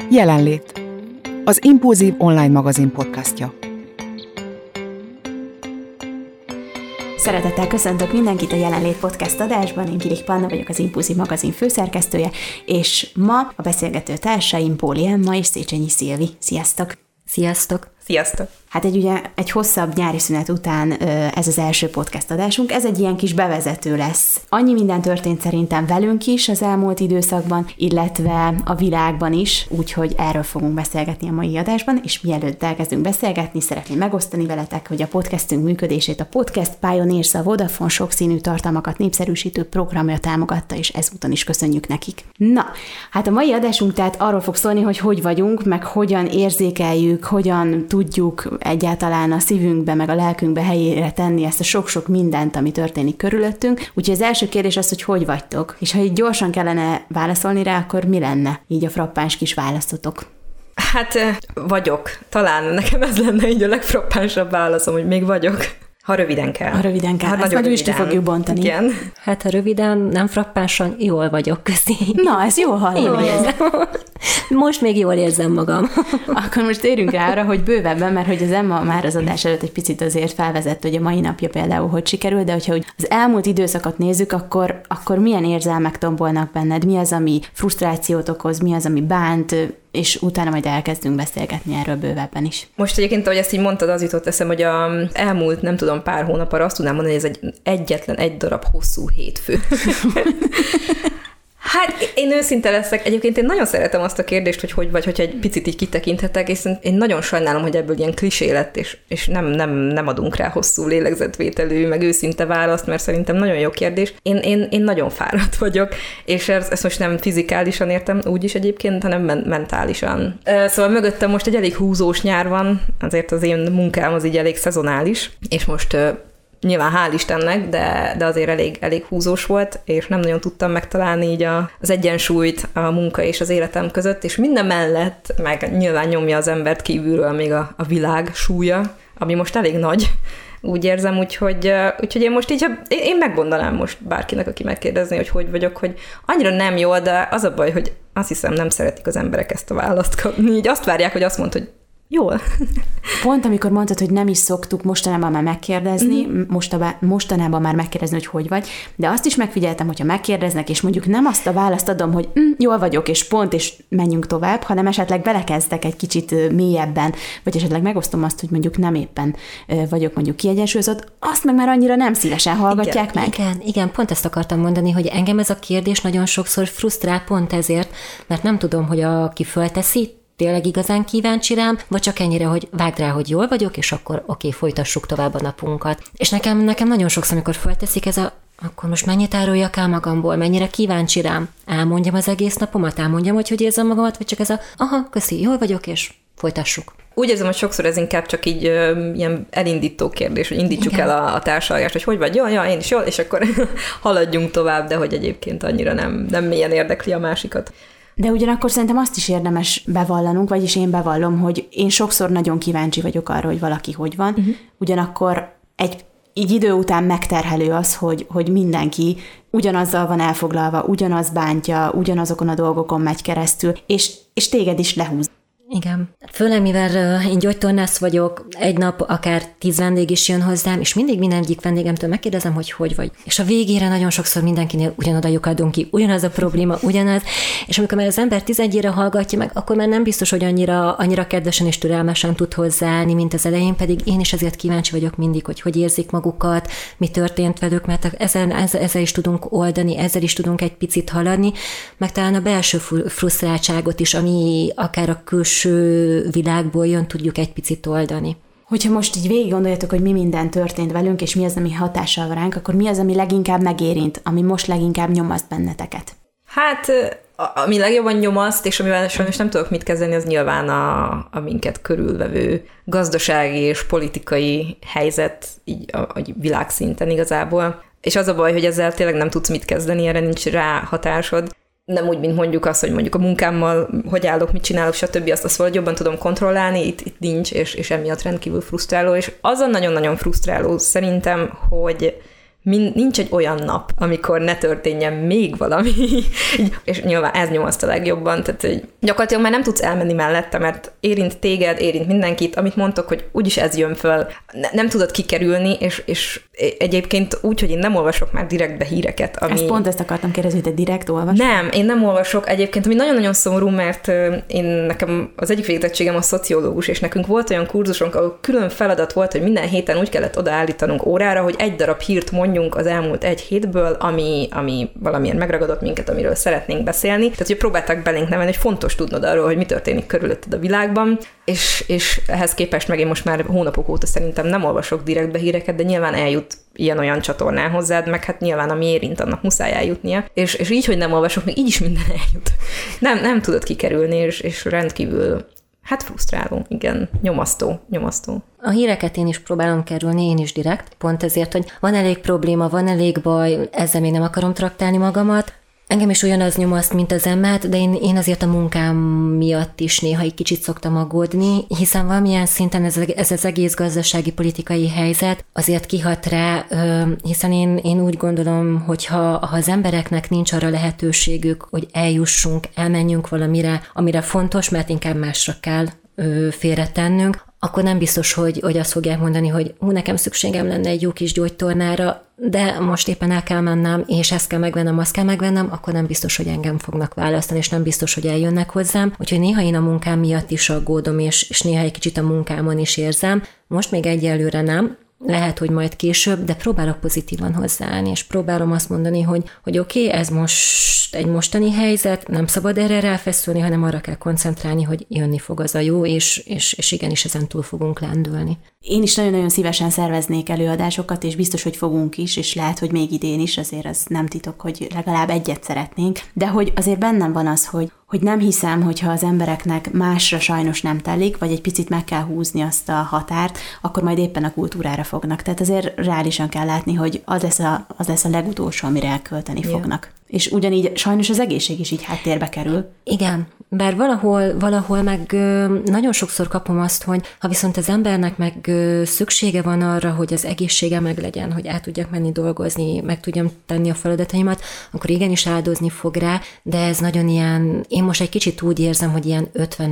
Jelenlét. Az Impulzív online magazin podcastja. Szeretettel köszöntök mindenkit a Jelenlét podcast adásban, én Gilik Panna vagyok, az Impulzív magazin főszerkesztője, és ma a beszélgető társaim Póli Emma és Széchenyi Szilvi. Sziasztok! Sziasztok! Sziasztok! Hát egy hosszabb nyári szünet után ez az első podcast adásunk, ez egy ilyen kis bevezető lesz. Annyi minden történt szerintem velünk is az elmúlt időszakban, illetve a világban is, úgyhogy erről fogunk beszélgetni a mai adásban, és mielőtt elkezdünk beszélgetni, szeretném megosztani veletek, hogy a podcastünk működését a Podcast Pioneers, a Vodafone sokszínű tartalmakat népszerűsítő programja támogatta, és ezúton is köszönjük nekik. Na, hát a mai adásunk tehát arról fog szólni, hogy vagyunk, meg hogyan érzékeljük, hogyan tudjuk egyáltalán a szívünkbe, meg a lelkünkbe helyére tenni ezt a sok-sok mindent, ami történik körülöttünk. Úgyhogy az első kérdés az, hogy vagytok? És ha így gyorsan kellene válaszolni rá, akkor mi lenne így a frappáns kis válaszotok? Hát vagyok. Talán nekem ez lenne így a legfrappánsabb válaszom, hogy még vagyok. Ha röviden kell. Ha röviden kell. Hát ezt nagyon is ki fogjuk bontani. Igen. Hát ha röviden, nem frappánsan, jól vagyok, köszi. Na, ez jól hallani. Most még jól érzem magam. Akkor most térjünk rá arra, hogy bővebben, mert hogy az Emma már az adás előtt egy picit azért felvezett, hogy a mai napja például hogy sikerül, de hogyha az elmúlt időszakot nézzük, akkor milyen érzelmek tombolnak benned? Mi az, ami frusztrációt okoz? Mi az, ami bánt? És utána majd elkezdünk beszélgetni erről bővebben is. Most egyébként, ahogy ezt így mondtad, az jutott eszem, hogy az elmúlt, nem tudom, pár hónap arra azt tudnám mondani, hogy ez egyetlen egy darab hosszú hétfő. Hát én őszinte leszek. Egyébként én nagyon szeretem azt a kérdést, hogy vagy, hogyha egy picit így kitekinthetek, és én nagyon sajnálom, hogy ebből ilyen klisé lett, és nem adunk rá hosszú lélegzetvételű, meg őszinte választ, mert szerintem nagyon jó kérdés. Én nagyon fáradt vagyok, és ezt most nem fizikálisan értem úgyis egyébként, hanem mentálisan. Szóval mögöttem most egy elég húzós nyár van, azért az én munkám az így elég szezonális, és most nyilván hál' Istennek, de azért elég húzós volt, és nem nagyon tudtam megtalálni így az egyensúlyt a munka és az életem között, és minden mellett meg nyilván nyomja az embert kívülről még a világ súlya, ami most elég nagy, úgy érzem, úgyhogy én most így, én megmondanám most bárkinek, aki megkérdezni, hogy vagyok, hogy annyira nem jó, de az a baj, hogy azt hiszem nem szeretik az emberek ezt a választ kapni, így azt várják, hogy azt mondod, hogy jól. Pont amikor mondtad, hogy nem is szoktuk mostanában már megkérdezni, mostanában már megkérdezni, hogy vagy, de azt is megfigyeltem, hogyha megkérdeznek, és mondjuk nem azt a választ adom, hogy jól vagyok, és pont, és menjünk tovább, hanem esetleg belekezdek egy kicsit mélyebben, vagy esetleg megosztom azt, hogy mondjuk nem éppen vagyok mondjuk kiegyensúlyozott, azt meg már annyira nem szívesen hallgatják meg. Igen, pont ezt akartam mondani, hogy engem ez a kérdés nagyon sokszor frusztrál pont ezért, mert nem tudom, hogy aki fölteszi, tényleg igazán kíváncsi rám, vagy csak ennyire, hogy vágd rá, hogy jól vagyok, és akkor oké, folytassuk tovább a napunkat. És nekem nagyon sokszor, amikor felteszik akkor most mennyit áruljak el magamból, mennyire kíváncsi rám, elmondjam az egész napomat, elmondjam, hogy érzem magamat, vagy csak ez köszi, jól vagyok, és folytassuk. Úgy érzem, hogy sokszor ez inkább csak így ilyen elindító kérdés, hogy indítsuk el a társalgást, hogy vagy, jó, én is jól, és akkor haladjunk tovább, de hogy egyébként annyira nem mélyen érdekli a másikat. De ugyanakkor szerintem azt is érdemes bevallanunk, vagyis én bevallom, hogy én sokszor nagyon kíváncsi vagyok arra, hogy valaki hogy van. Ugyanakkor így idő után megterhelő az, hogy mindenki ugyanazzal van elfoglalva, ugyanaz bántja, ugyanazokon a dolgokon megy keresztül, és téged is lehúz. Igen. Főleg, mivel én gyógytornász vagyok, egy nap akár 10 vendég is jön hozzám, és mindig mindegyik vendégemtől megkérdezem, hogy vagy. És a végére nagyon sokszor mindenkinél ugyanoda lyukadunk ki, ugyanaz a probléma, ugyanaz, és amikor már az ember 11-ére hallgatja meg, akkor már nem biztos, hogy annyira kedvesen és türelmesen tud hozzáállni, mint az elején, pedig én is ezért kíváncsi vagyok mindig, hogy érzik magukat, mi történt velük, mert ezzel is tudunk oldani, ezzel is tudunk egy picit haladni, meg talán a belső frusztráltságot is, ami akár a külső világból jön, tudjuk egy picit oldani. Hogyha most így végig gondoljatok, hogy mi minden történt velünk, és mi az, ami hatással van ránk, akkor mi az, ami leginkább megérint, ami most leginkább nyomaszt benneteket? Hát, ami legjobban nyomaszt, és amivel sajnos nem tudok mit kezdeni, az nyilván a minket körülvevő gazdasági és politikai helyzet így a világszinten igazából. És az a baj, hogy ezzel tényleg nem tudsz mit kezdeni, erre nincs rá hatásod. Nem úgy, mint mondjuk azt, hogy mondjuk a munkámmal hogy állok, mit csinálok, stb. Azt valahogy jobban tudom kontrollálni, itt nincs, és emiatt rendkívül frusztráló. És azon nagyon-nagyon frusztráló szerintem, hogy nincs egy olyan nap, amikor ne történjen még valami, és nyilván ez nyomaszt a legjobban, tehát hogy gyakorlatilag már nem tudsz elmenni mellette, mert érint téged, érint mindenkit, amit mondtok, hogy úgyis ez jön föl, nem tudod kikerülni, és egyébként úgy, hogy én nem olvasok már direktbe híreket. Ezt akartam kérdezni, hogy te direkt olvasod? Nem, én nem olvasok egyébként, ami nagyon-nagyon szomorú, mert nekem az egyik végzettségem a szociológus, és nekünk volt olyan kurzusunk, ahol külön feladat volt, hogy minden héten úgy kellett odaállítanunk órára, hogy egy darab hírt mondjunk az elmúlt egy hétből, ami valamilyen megragadott minket, amiről szeretnénk beszélni. Tehát, hogy próbálták belénk nevelni, hogy fontos tudnod arról, hogy mi történik körülötted a világban, és ehhez képest meg én most már hónapok óta szerintem nem olvasok direktbe híreket, de nyilván eljut ilyen-olyan csatornán hozzád, meg hát nyilván ami érint, annak muszáj eljutnia. És így, hogy nem olvasok, még így is minden eljut. Nem tudod kikerülni, és rendkívül frusztráló, igen, nyomasztó. A híreket én is próbálom kerülni, én is direkt, pont ezért, hogy van elég probléma, van elég baj, ezzel még nem akarom traktálni magamat. Engem is ugyanaz nyomaszt, mint az Emmát, de én azért a munkám miatt is néha egy kicsit szoktam aggódni, hiszen valamilyen szinten ez az egész gazdasági politikai helyzet azért kihat rá, hiszen én úgy gondolom, hogy ha az embereknek nincs arra lehetőségük, hogy elmenjünk valamire, amire fontos, mert inkább másra kell félretennünk, akkor nem biztos, hogy azt fogják mondani, hogy nekem szükségem lenne egy jó kis gyógytornára, de most éppen el kell mennem, és ezt kell megvennem, azt kell megvennem, akkor nem biztos, hogy engem fognak választani, és nem biztos, hogy eljönnek hozzám. Úgyhogy néha én a munkám miatt is aggódom, és néha egy kicsit a munkámon is érzem. Most még egyelőre nem, lehet, hogy majd később, de próbálok pozitívan hozzáállni, és próbálom azt mondani, hogy oké, ez most egy mostani helyzet, nem szabad erre ráfeszülni, hanem arra kell koncentrálni, hogy jönni fog az a jó, és igenis ezen túl fogunk lendülni. Én is nagyon-nagyon szívesen szerveznék előadásokat, és biztos, hogy fogunk is, és lehet, hogy még idén is, azért az nem titok, hogy legalább egyet szeretnénk, de hogy azért bennem van az, hogy nem hiszem, hogyha az embereknek másra sajnos nem telik, vagy egy picit meg kell húzni azt a határt, akkor majd éppen a kultúrára fognak. Tehát azért reálisan kell látni, hogy az lesz a legutolsó, amire elkölteni fognak. És ugyanígy sajnos az egészség is így háttérbe kerül. Igen, bár valahol meg nagyon sokszor kapom azt, hogy ha viszont az embernek meg szüksége van arra, hogy az egészsége meg legyen, hogy át tudjak menni dolgozni, meg tudjam tenni a feladataimat, akkor igenis áldozni fog rá, de ez nagyon ilyen, én most egy kicsit úgy érzem, hogy ilyen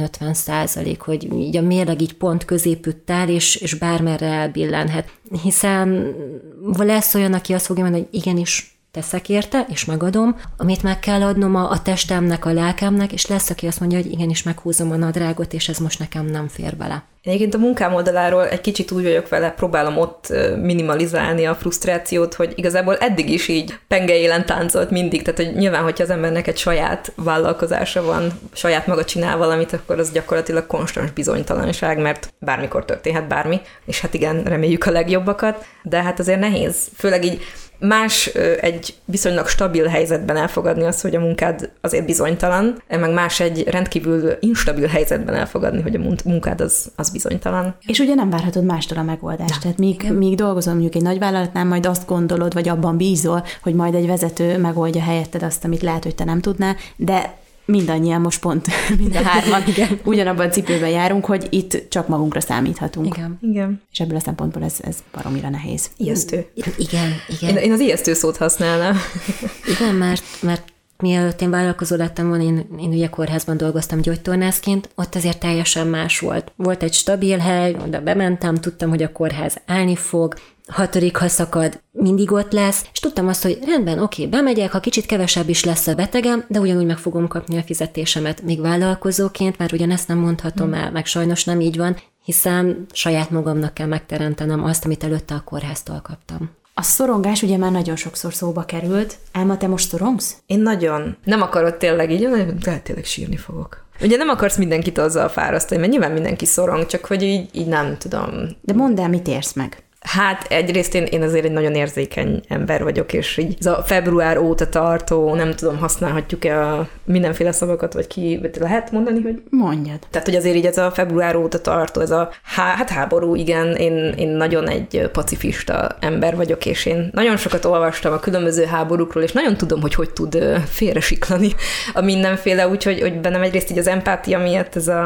50-50%, hogy így a mérleg így pont középütt áll, és bármerre elbillenhet. Hiszen lesz olyan, aki azt fogja mondani, hogy igenis teszek érte, és megadom, amit meg kell adnom a testemnek, a lelkemnek, és lesz, aki azt mondja, hogy igenis meghúzom a nadrágot, és ez most nekem nem fér bele. Egyébként a munkám oldaláról egy kicsit úgy vagyok vele, próbálom ott minimalizálni a frusztrációt, hogy igazából eddig is így pengeélen táncolt mindig, tehát hogy nyilván, hogyha az embernek egy saját vállalkozása van, saját maga csinál valamit, akkor az gyakorlatilag konstans bizonytalanság, mert bármikor történhet bármi, és hát igen, reméljük a legjobbakat, de hát azért nehéz, főleg így más egy viszonylag stabil helyzetben elfogadni azt, hogy a munkád azért bizonytalan, meg más egy rendkívül instabil helyzetben elfogadni, hogy a munkád az bizonytalan. És ugye nem várhatod mástól a megoldást. Tehát míg dolgozol mondjuk egy nagyvállalatnál, majd azt gondolod, vagy abban bízol, hogy majd egy vezető megoldja helyetted azt, amit lehet, hogy te nem tudnál, de mindannyian most pont, mind a hárman ugyanabban a cipőben járunk, hogy itt csak magunkra számíthatunk. Igen. És ebből a szempontból ez baromira nehéz. Ijesztő. Igen. Én az ijesztő szót használnám. Igen, mert mielőtt én vállalkozó lettem volna, én ugye kórházban dolgoztam gyógytornászként, ott azért teljesen más volt. Volt egy stabil hely, oda bementem, tudtam, hogy a kórház állni fog, 6. ha szakad, mindig ott lesz, és tudtam azt, hogy rendben, oké, bemegyek, ha kicsit kevesebb is lesz a betegem, de ugyanúgy meg fogom kapni a fizetésemet. Még vállalkozóként már ugyanezt nem mondhatom el, meg sajnos nem így van, hiszen saját magamnak kell megteremtenem azt, amit előtte a kórháztól kaptam. A szorongás ugye már nagyon sokszor szóba került. Elma, te most szorongsz? Én nagyon. Nem akarod tényleg így, de tényleg sírni fogok. Ugye nem akarsz mindenkit azzal fárasztani, mert nyilván mindenki szorong, csak hogy így nem tudom. De mondd el, mit érsz meg? Hát egyrészt én azért egy nagyon érzékeny ember vagyok, és így ez a február óta tartó, nem tudom, használhatjuk-e a mindenféle szavakat, vagy lehet mondani, hogy... Mondjad. Tehát, hogy azért így ez a február óta tartó, ez a háború, igen, én nagyon egy pacifista ember vagyok, és én nagyon sokat olvastam a különböző háborúkról, és nagyon tudom, hogy tud félresiklani a mindenféle, úgyhogy bennem egyrészt így az empátia miatt ez a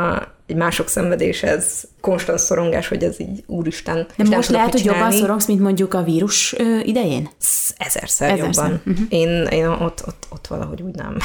egy mások szenvedése, ez konstans szorongás, hogy ez így úristen. De most lehet, hogy jobban szorongsz, mint mondjuk a vírus idején? Ezerszer jobban. Én ott valahogy úgy nem.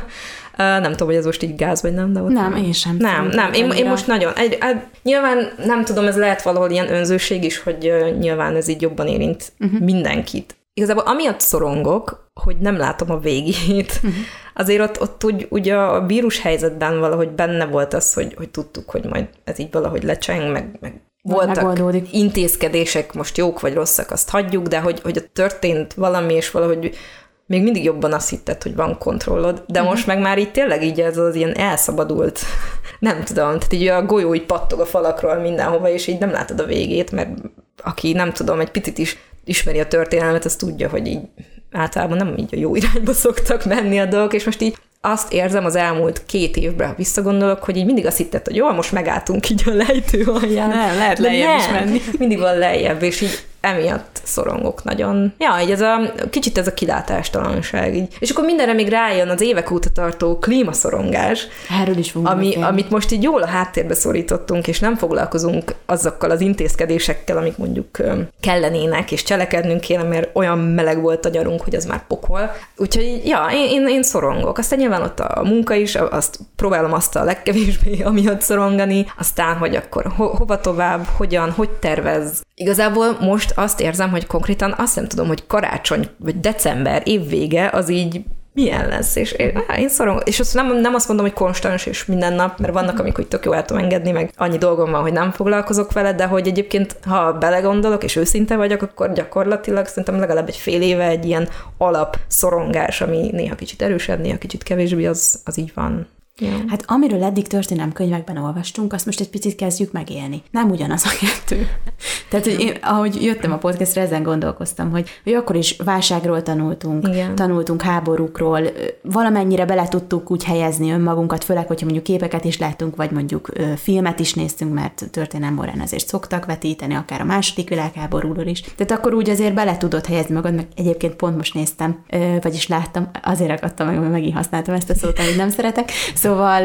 Nem tudom, hogy ez most így gáz, vagy nem, de ott nem. Én sem. Nem. Én most nagyon... Nyilván nem tudom, ez lehet valahol ilyen önzőség is, hogy nyilván ez így jobban érint mindenkit. Igazából amiatt szorongok, hogy nem látom a végét. Azért ott úgy a vírus helyzetben valahogy benne volt az, hogy tudtuk, hogy majd ez így valahogy lecseng, meg voltak megoldódik. Intézkedések, most jók vagy rosszak, azt hagyjuk, de hogy történt valami, és valahogy még mindig jobban azt hitted, hogy van kontrollod, de most meg már így tényleg így ez az ilyen elszabadult, nem tudom, tehát így a golyó így pattog a falakról mindenhova, és így nem látod a végét, mert aki nem tudom, egy picit is ismeri a történelmet, az tudja, hogy így általában nem így a jó irányba szoktak menni a dolgok, és most így azt érzem az elmúlt 2 évre, ha visszagondolok, hogy így mindig azt hitted, hogy jó, most megálltunk így a lejtő alján. Nem, lehet lejjebb is menni. Mindig van lejjebb, és így emiatt szorongok nagyon. Ja, így kicsit ez a kilátástalanság. Így. És akkor mindenre még rájön az évek óta tartó klímaszorongás, Erről is amit most így jól a háttérbe szorítottunk, és nem foglalkozunk azokkal az intézkedésekkel, amik mondjuk kellenének, és cselekednünk kéne, mert olyan meleg volt a nyarunk, hogy az már pokol. Úgyhogy ja, én szorongok. Aztán nyilván ott a munka is, azt próbálom azt a legkevésbé amiatt szorongani, aztán, hogy akkor hova tovább, hogyan, hogy tervez. Igazából most azt érzem, hogy konkrétan azt nem tudom, hogy karácsony, vagy december, évvége, az így milyen lesz, és én szorongok. És azt nem azt mondom, hogy konstans és minden nap, mert vannak, amikor tök jó el tudom engedni, meg annyi dolgom van, hogy nem foglalkozok vele, de hogy egyébként, ha belegondolok, és őszinte vagyok, akkor gyakorlatilag szerintem legalább egy fél éve egy ilyen alap szorongás, ami néha kicsit erősebb, néha kicsit kevésbé, az így van. Ja. Hát amiről eddig történelemkönyvekben olvastunk, azt most egy picit kezdjük megélni. Nem ugyanaz a kettő. Tehát, hogy én, ahogy jöttem a podcastra, ezen gondolkoztam, hogy akkor is válságról tanultunk háborúkról, valamennyire bele tudtuk úgy helyezni önmagunkat, főleg, hogyha mondjuk képeket is láttunk, vagy mondjuk filmet is néztünk, mert történelemórán azért szoktak vetíteni, akár a második világháborúról is. Tehát akkor úgy azért bele tudod helyezni magad, meg egyébként pont most néztem, vagyis láttam, azért ragadtam meg, mert megint használtam ezt a szót, amit nem szeretek. Szóval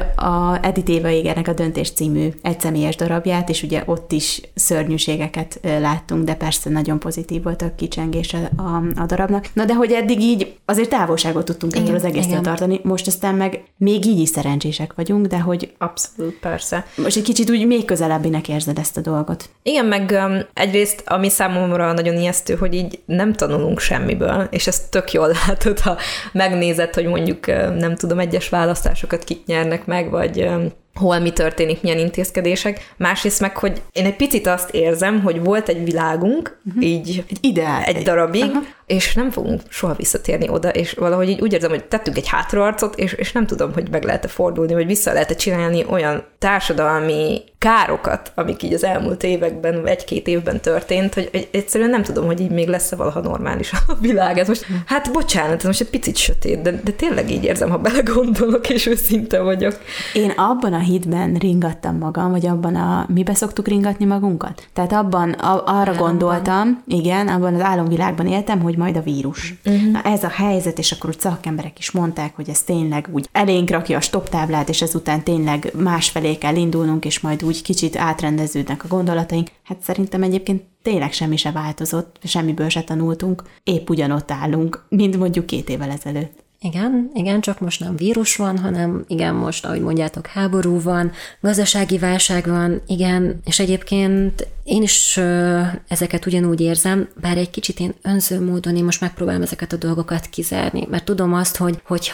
a Edith Éva Égernek a Döntés című egyszemélyes darabját, és ugye ott is szörnyűségeket láttunk, de persze nagyon pozitív volt a kicsengés a darabnak. Na de hogy eddig így azért távolságot tudtunk ettől az egésztől tartani, most aztán meg még így is szerencsések vagyunk, de hogy abszolút, persze. Most egy kicsit úgy még közelebbinek érzed ezt a dolgot. Igen, meg egyrészt, ami számomra nagyon ijesztő, hogy így nem tanulunk semmiből, és ezt tök jól látod, ha megnézed, hogy mondjuk nem tudom, egyes választásokat kik nyernek meg, vagy hol mi történik, milyen intézkedések. Másrészt meg, hogy én egy picit azt érzem, hogy volt egy világunk, így egy darabig, és nem fogunk soha visszatérni oda, és valahogy így úgy érzem, hogy tettünk egy hátraarcot, és nem tudom, hogy meg lehet-e fordulni, vagy vissza lehet-e csinálni olyan társadalmi károkat, amik így az elmúlt években, vagy 1-2 évben történt, hogy egyszerűen nem tudom, hogy így még lesz-e valaha normális a világ. Ez most, hát bocsánat, ez most egy picit sötét, de tényleg így érzem, ha belegondolok, és őszinte vagyok. Én abban a hitben ringattam magam, vagy abban mibe szoktuk ringatni magunkat? Tehát abban arra gondoltam, igen, abban az álomvilágban éltem, hogy majd a vírus. Na ez a helyzet, és akkor úgy szakemberek is mondták, hogy ez tényleg úgy elénk rakja a stopptáblát, és ezután tényleg másfelé kell indulnunk, és majd úgy kicsit átrendeződnek a gondolataink. Hát szerintem egyébként tényleg semmi se változott, semmiből se tanultunk, épp ugyanott állunk, mint mondjuk 2 évvel ezelőtt. Igen, csak most nem vírus van, hanem igen, most, ahogy mondjátok, háború van, gazdasági válság van, igen, és egyébként én is ezeket ugyanúgy érzem, bár egy kicsit én önző módon én most megpróbálom ezeket a dolgokat kizárni, mert tudom azt, hogy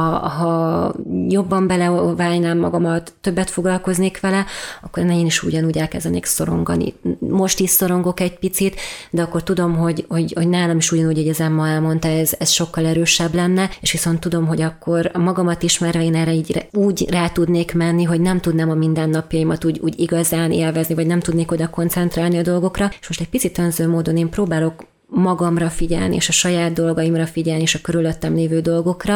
ha jobban belevágynám magamat, többet foglalkoznék vele, akkor én is ugyanúgy elkezdenék szorongani. Most is szorongok egy picit, de akkor tudom, hogy nálam is ugyanúgy, hogy az Emma elmondta, ez sokkal erősebb lenne, és viszont tudom, hogy akkor magamat ismerve én erre így úgy rá tudnék menni, hogy nem tudnám a mindennapjaimat úgy igazán élvezni, vagy nem tudnék oda koncentrálni a dolgokra, és most egy picit önző módon én próbálok magamra figyelni, és a saját dolgaimra figyelni, és a körülöttem lévő dolgokra,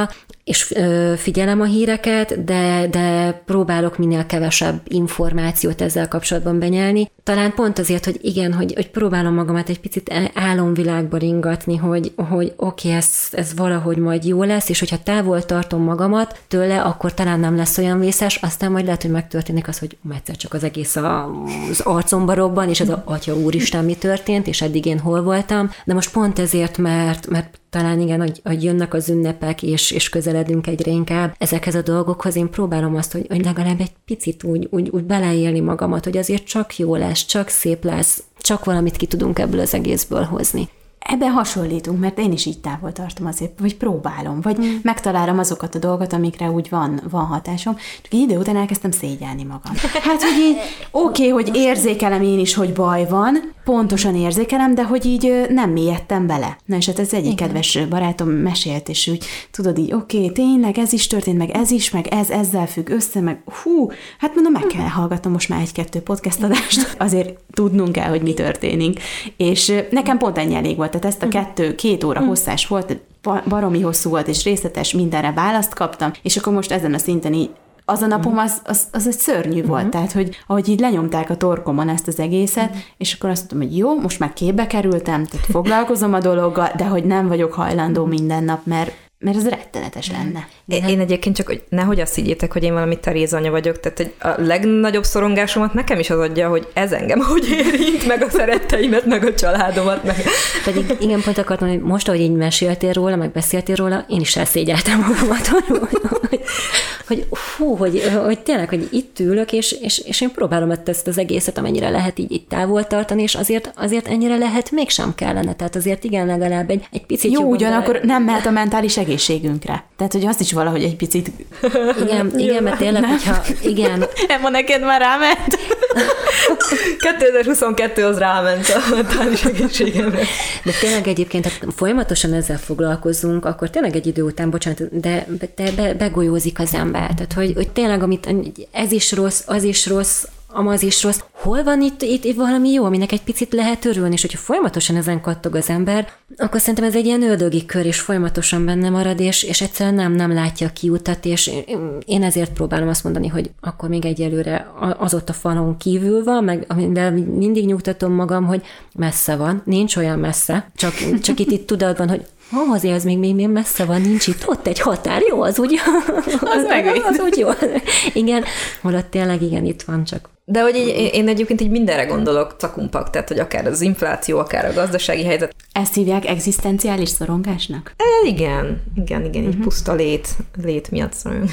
és figyelem a híreket, de próbálok minél kevesebb információt ezzel kapcsolatban benyelni. Talán pont azért, hogy igen, hogy próbálom magamat egy picit álomvilágba ringatni, hogy oké, ez valahogy majd jó lesz, és hogyha távol tartom magamat tőle, akkor talán nem lesz olyan vészes, aztán majd lehet, hogy megtörténik az, hogy egyszer csak az egész az arcomba robban, és ez a atya úristen, mi történt, és eddig én hol voltam. De most pont ezért, mert talán igen, hogy jönnek az ünnepek, és közeledünk egyre inkább ezekhez a dolgokhoz, én próbálom azt, hogy legalább egy picit úgy beleélni magamat, hogy azért csak jó lesz, csak szép lesz, csak valamit ki tudunk ebből az egészből hozni. Ebben hasonlítunk, mert én is így távol tartom azért, vagy próbálom, vagy megtalálom azokat a dolgokat, amikre úgy van hatásom, csak egy idő után elkezdtem szégyelni magam. Hát, hogy így oké, hogy érzékelem én is, hogy baj van, pontosan érzékelem, de hogy így nem mélyedtem bele. Na és hát ez egyik kedves barátom mesélt, és úgy tudod így, oké, tényleg ez is történt, meg ez is, meg ez ezzel függ össze, meg hát mondom, meg kell hallgatnom most már 1-2 podcast adást, azért tudnunk kell, hogy mi történik. És nekem pont ennyi elég volt. Tehát ezt a 2 óra hosszás volt, baromi hosszú volt, és részletes, mindenre választ kaptam, és akkor most ezen a szinten így, az a napom az egy szörnyű volt, tehát, hogy ahogy így lenyomták a torkomon ezt az egészet, és akkor azt mondtam, hogy jó, most már képbe kerültem, tehát foglalkozom a dologgal, de hogy nem vagyok hajlandó minden nap, mert ez rettenetes lenne. Én egyébként csak, hogy nehogy azt higgyétek, hogy én valami Teréz anya vagyok, tehát a legnagyobb szorongásomat nekem is az adja, hogy ez engem hogy érint, meg a szeretteimet, meg a családomat. Meg. Pedig igen, pont akartam, hogy most, ahogy így meséltél róla, meg beszéltél róla, én is elszégyeltem magamat, hogy tényleg, hogy itt ülök, és én próbálom ezt az egészet, amennyire lehet így távol tartani, és azért ennyire lehet mégsem kellene. Tehát azért igen, legalább egy picit jó, ugyanakkor nem mehet a mentális egészségünkre. Tehát, hogy azt is valahogy egy picit... Igen, mert tényleg, hogyha... Igen. Emma, neked már ráment? 2022 az ráment a mentális egészségemre. De tényleg egyébként, ha folyamatosan ezzel foglalkozzunk, akkor tényleg egy idő után, bocsánat, de begolyózik az ember. Tehát, hogy tényleg, amit ez is rossz, az is rossz, az is rossz. Hol van itt valami jó, aminek egy picit lehet örülni, és hogyha folyamatosan ezen kattog az ember, akkor szerintem ez egy ilyen ördögi kör, és folyamatosan benne marad, és egyszerűen nem látja a kiutat, és én ezért próbálom azt mondani, hogy akkor még egyelőre az ott a falon kívül van, meg amivel mindig nyugtatom magam, hogy messze van, nincs olyan messze, csak itt tudatban, hogy azért az még messze van, nincs itt, ott egy határ, jó, az úgy, az úgy jó. Igen, holott tényleg igen, itt van csak. De hogy én egyébként így mindenre gondolok, cakumpak, tehát hogy akár az infláció, akár a gazdasági helyzet. Ezt hívják egzisztenciális szorongásnak? Igen, így puszta lét miatt szorong.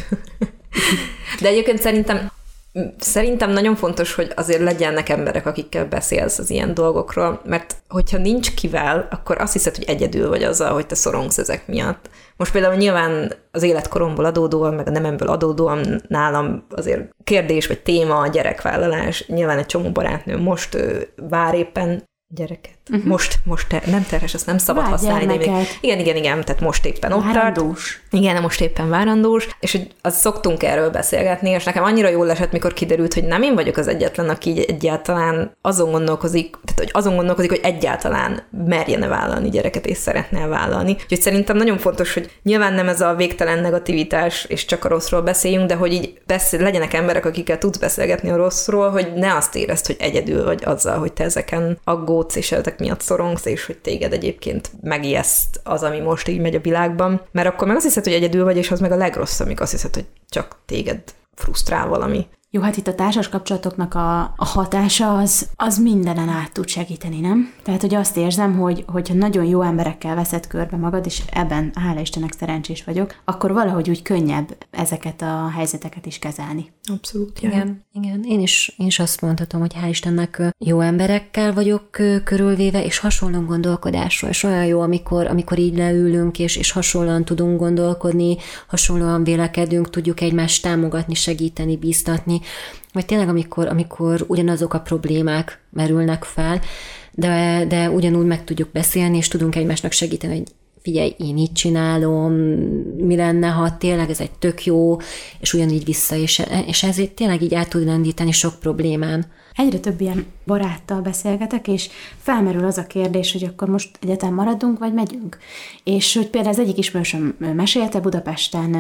De egyébként szerintem nagyon fontos, hogy azért legyenek emberek, akikkel beszélsz az ilyen dolgokról, mert hogyha nincs kivel, akkor azt hiszed, hogy egyedül vagy azzal, hogy te szorongsz ezek miatt. Most például nyilván az életkoromból adódóan, meg a nememből adódóan nálam azért kérdés vagy téma a gyerekvállalás. Nyilván egy csomó barátnő most vár éppen gyereket. Most nem terhes, azt nem szabad használni. Igen, tehát most éppen ott tart. Igen, most éppen várandós, és hogy azt szoktunk erről beszélgetni, és nekem annyira jól esett, mikor kiderült, hogy nem én vagyok az egyetlen, aki egyáltalán azon gondolkozik, hogy egyáltalán merjene vállalni gyereket, és szeretne vállalni. Úgyhogy szerintem nagyon fontos, hogy nyilván nem ez a végtelen negativitás, és csak a rosszról beszéljünk, de hogy így legyenek emberek, akikkel tudsz beszélgetni a rosszról, hogy ne azt érezd, hogy egyedül vagy azzal, hogy te ezeken aggódsz, és ezek miatt szorongsz, és hogy téged egyébként megijeszt az, ami most így megy a világban. Mert akkor meg azt hiszed, hogy egyedül vagy, és az meg a legrosszabb, amikor azt hiszed, hogy csak téged frusztrál valami. Jó, hát itt a társas kapcsolatoknak a hatása az mindenen át tud segíteni, nem? Tehát, hogy azt érzem, hogyha nagyon jó emberekkel veszed körbe magad, és ebben, hála Istennek, szerencsés vagyok, akkor valahogy úgy könnyebb ezeket a helyzeteket is kezelni. Abszolút. Igen. Én is azt mondhatom, hogy hál' Istennek jó emberekkel vagyok körülvéve, és hasonló gondolkodásról, és olyan jó, amikor így leülünk, és hasonlóan tudunk gondolkodni, hasonlóan vélekedünk, tudjuk egymást támogatni, segíteni, bíztatni, vagy tényleg amikor ugyanazok a problémák merülnek fel, de ugyanúgy meg tudjuk beszélni, és tudunk egymásnak segíteni, hogy figyelj, én így csinálom, mi lenne, ha tényleg ez egy tök jó, és ugyanígy vissza, és ezért tényleg így át tud lendíteni sok problémán. Egyre több ilyen baráttal beszélgetek, és felmerül az a kérdés, hogy akkor most egyetem maradunk, vagy megyünk. És hogy például az egyik ismerősöm mesélte, Budapesten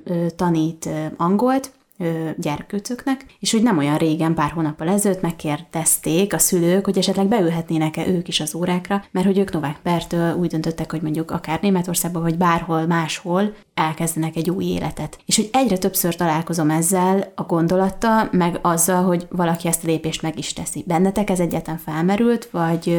tanít angolt, gyerkőcöknek, és hogy nem olyan régen, pár hónappal ezelőtt megkérdezték a szülők, hogy esetleg beülhetnének-e ők is az órákra, mert hogy ők Novák Per-től úgy döntöttek, hogy mondjuk akár Németországban, vagy bárhol máshol elkezdenek egy új életet. És hogy egyre többször találkozom ezzel a gondolattal, meg azzal, hogy valaki ezt a lépést meg is teszi. Bennetek ez egyáltalán felmerült,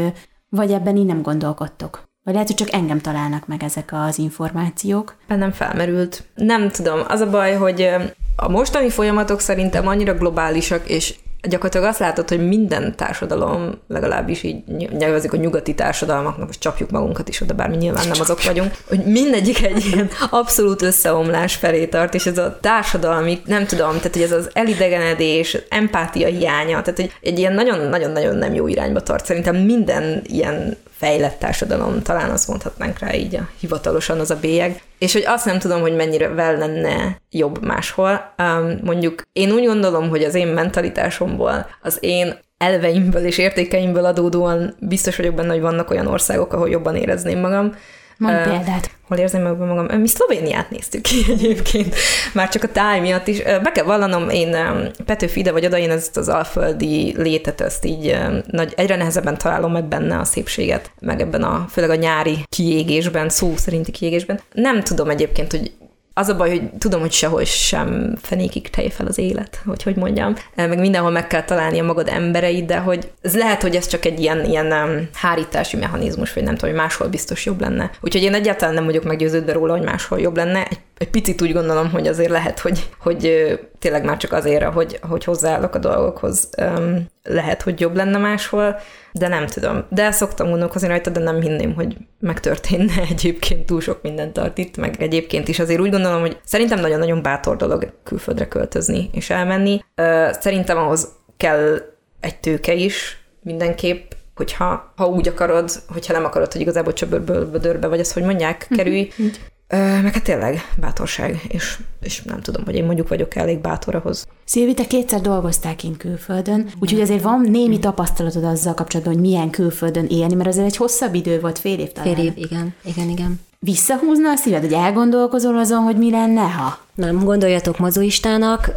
vagy ebben így nem gondolkodtok? Vagy lehet, hogy csak engem találnak meg ezek az információk? Bennem felmerült. Nem tudom. Az a baj, hogy a mostani folyamatok szerintem annyira globálisak, és gyakorlatilag azt látod, hogy minden társadalom, legalábbis így nevezik a nyugati társadalmaknak, és csapjuk magunkat is oda, bármi nyilván nem azok vagyunk, hogy mindegyik egy ilyen abszolút összeomlás felé tart, és ez a társadalmi, nem tudom, tehát hogy ez az elidegenedés, empátia hiánya, tehát hogy egy ilyen nagyon-nagyon nem jó irányba tart. Szerintem minden ilyen fejlett társadalom, talán azt mondhatnánk rá így hivatalosan az a bélyeg. És hogy azt nem tudom, hogy mennyire lenne jobb máshol. Mondjuk én úgy gondolom, hogy az én mentalitásomból, az én elveimből és értékeimből adódóan biztos vagyok benne, hogy vannak olyan országok, ahol jobban érezném magam. Mondj példát. Hol érzem magam? Mi Szlovéniát néztük ki egyébként, már csak a táj miatt is. Be kell vallanom, én Petőfi ide vagy oda, én ezt az alföldi létet, ezt így egyre nehezebben találom meg benne a szépséget, meg ebben főleg a nyári kiégésben, szó szerinti kiégésben. Nem tudom egyébként, hogy az a baj, hogy tudom, hogy sehol sem fenékig tej fel az élet, hogy mondjam. Meg mindenhol meg kell találni a magad embereid, de hogy ez lehet, hogy ez csak egy ilyen hárítási mechanizmus, vagy nem tudom, hogy máshol biztos jobb lenne. Úgyhogy én egyáltalán nem vagyok meggyőződve róla, hogy máshol jobb lenne. Egy picit úgy gondolom, hogy azért lehet, hogy tényleg már csak azért, hogy hozzáállok a dolgokhoz, lehet, hogy jobb lenne máshol, de nem tudom. De szoktam gondolkozni rajta, de nem hinném, hogy megtörténne egyébként, túl sok mindent tart itt, meg egyébként is azért úgy gondolom, hogy szerintem nagyon-nagyon bátor dolog külföldre költözni és elmenni. Szerintem ahhoz kell egy tőke is mindenképp, hogyha úgy akarod, hogyha nem akarod, hogy igazából csöbörből bödörbe, vagy azt, hogy mondják, kerülj. Meg hát tényleg bátorság, és nem tudom, hogy én mondjuk vagyok elég bátor ahhoz. Szilvi, te 2-szer dolgoztál kint külföldön, úgyhogy azért van némi tapasztalatod azzal kapcsolatban, hogy milyen külföldön élni, mert azért egy hosszabb idő volt, fél év talán. Fél év, igen. Visszahúzna a szíved, hogy elgondolkozol azon, hogy mi lenne, ha? Nem, gondoljatok mozoistának,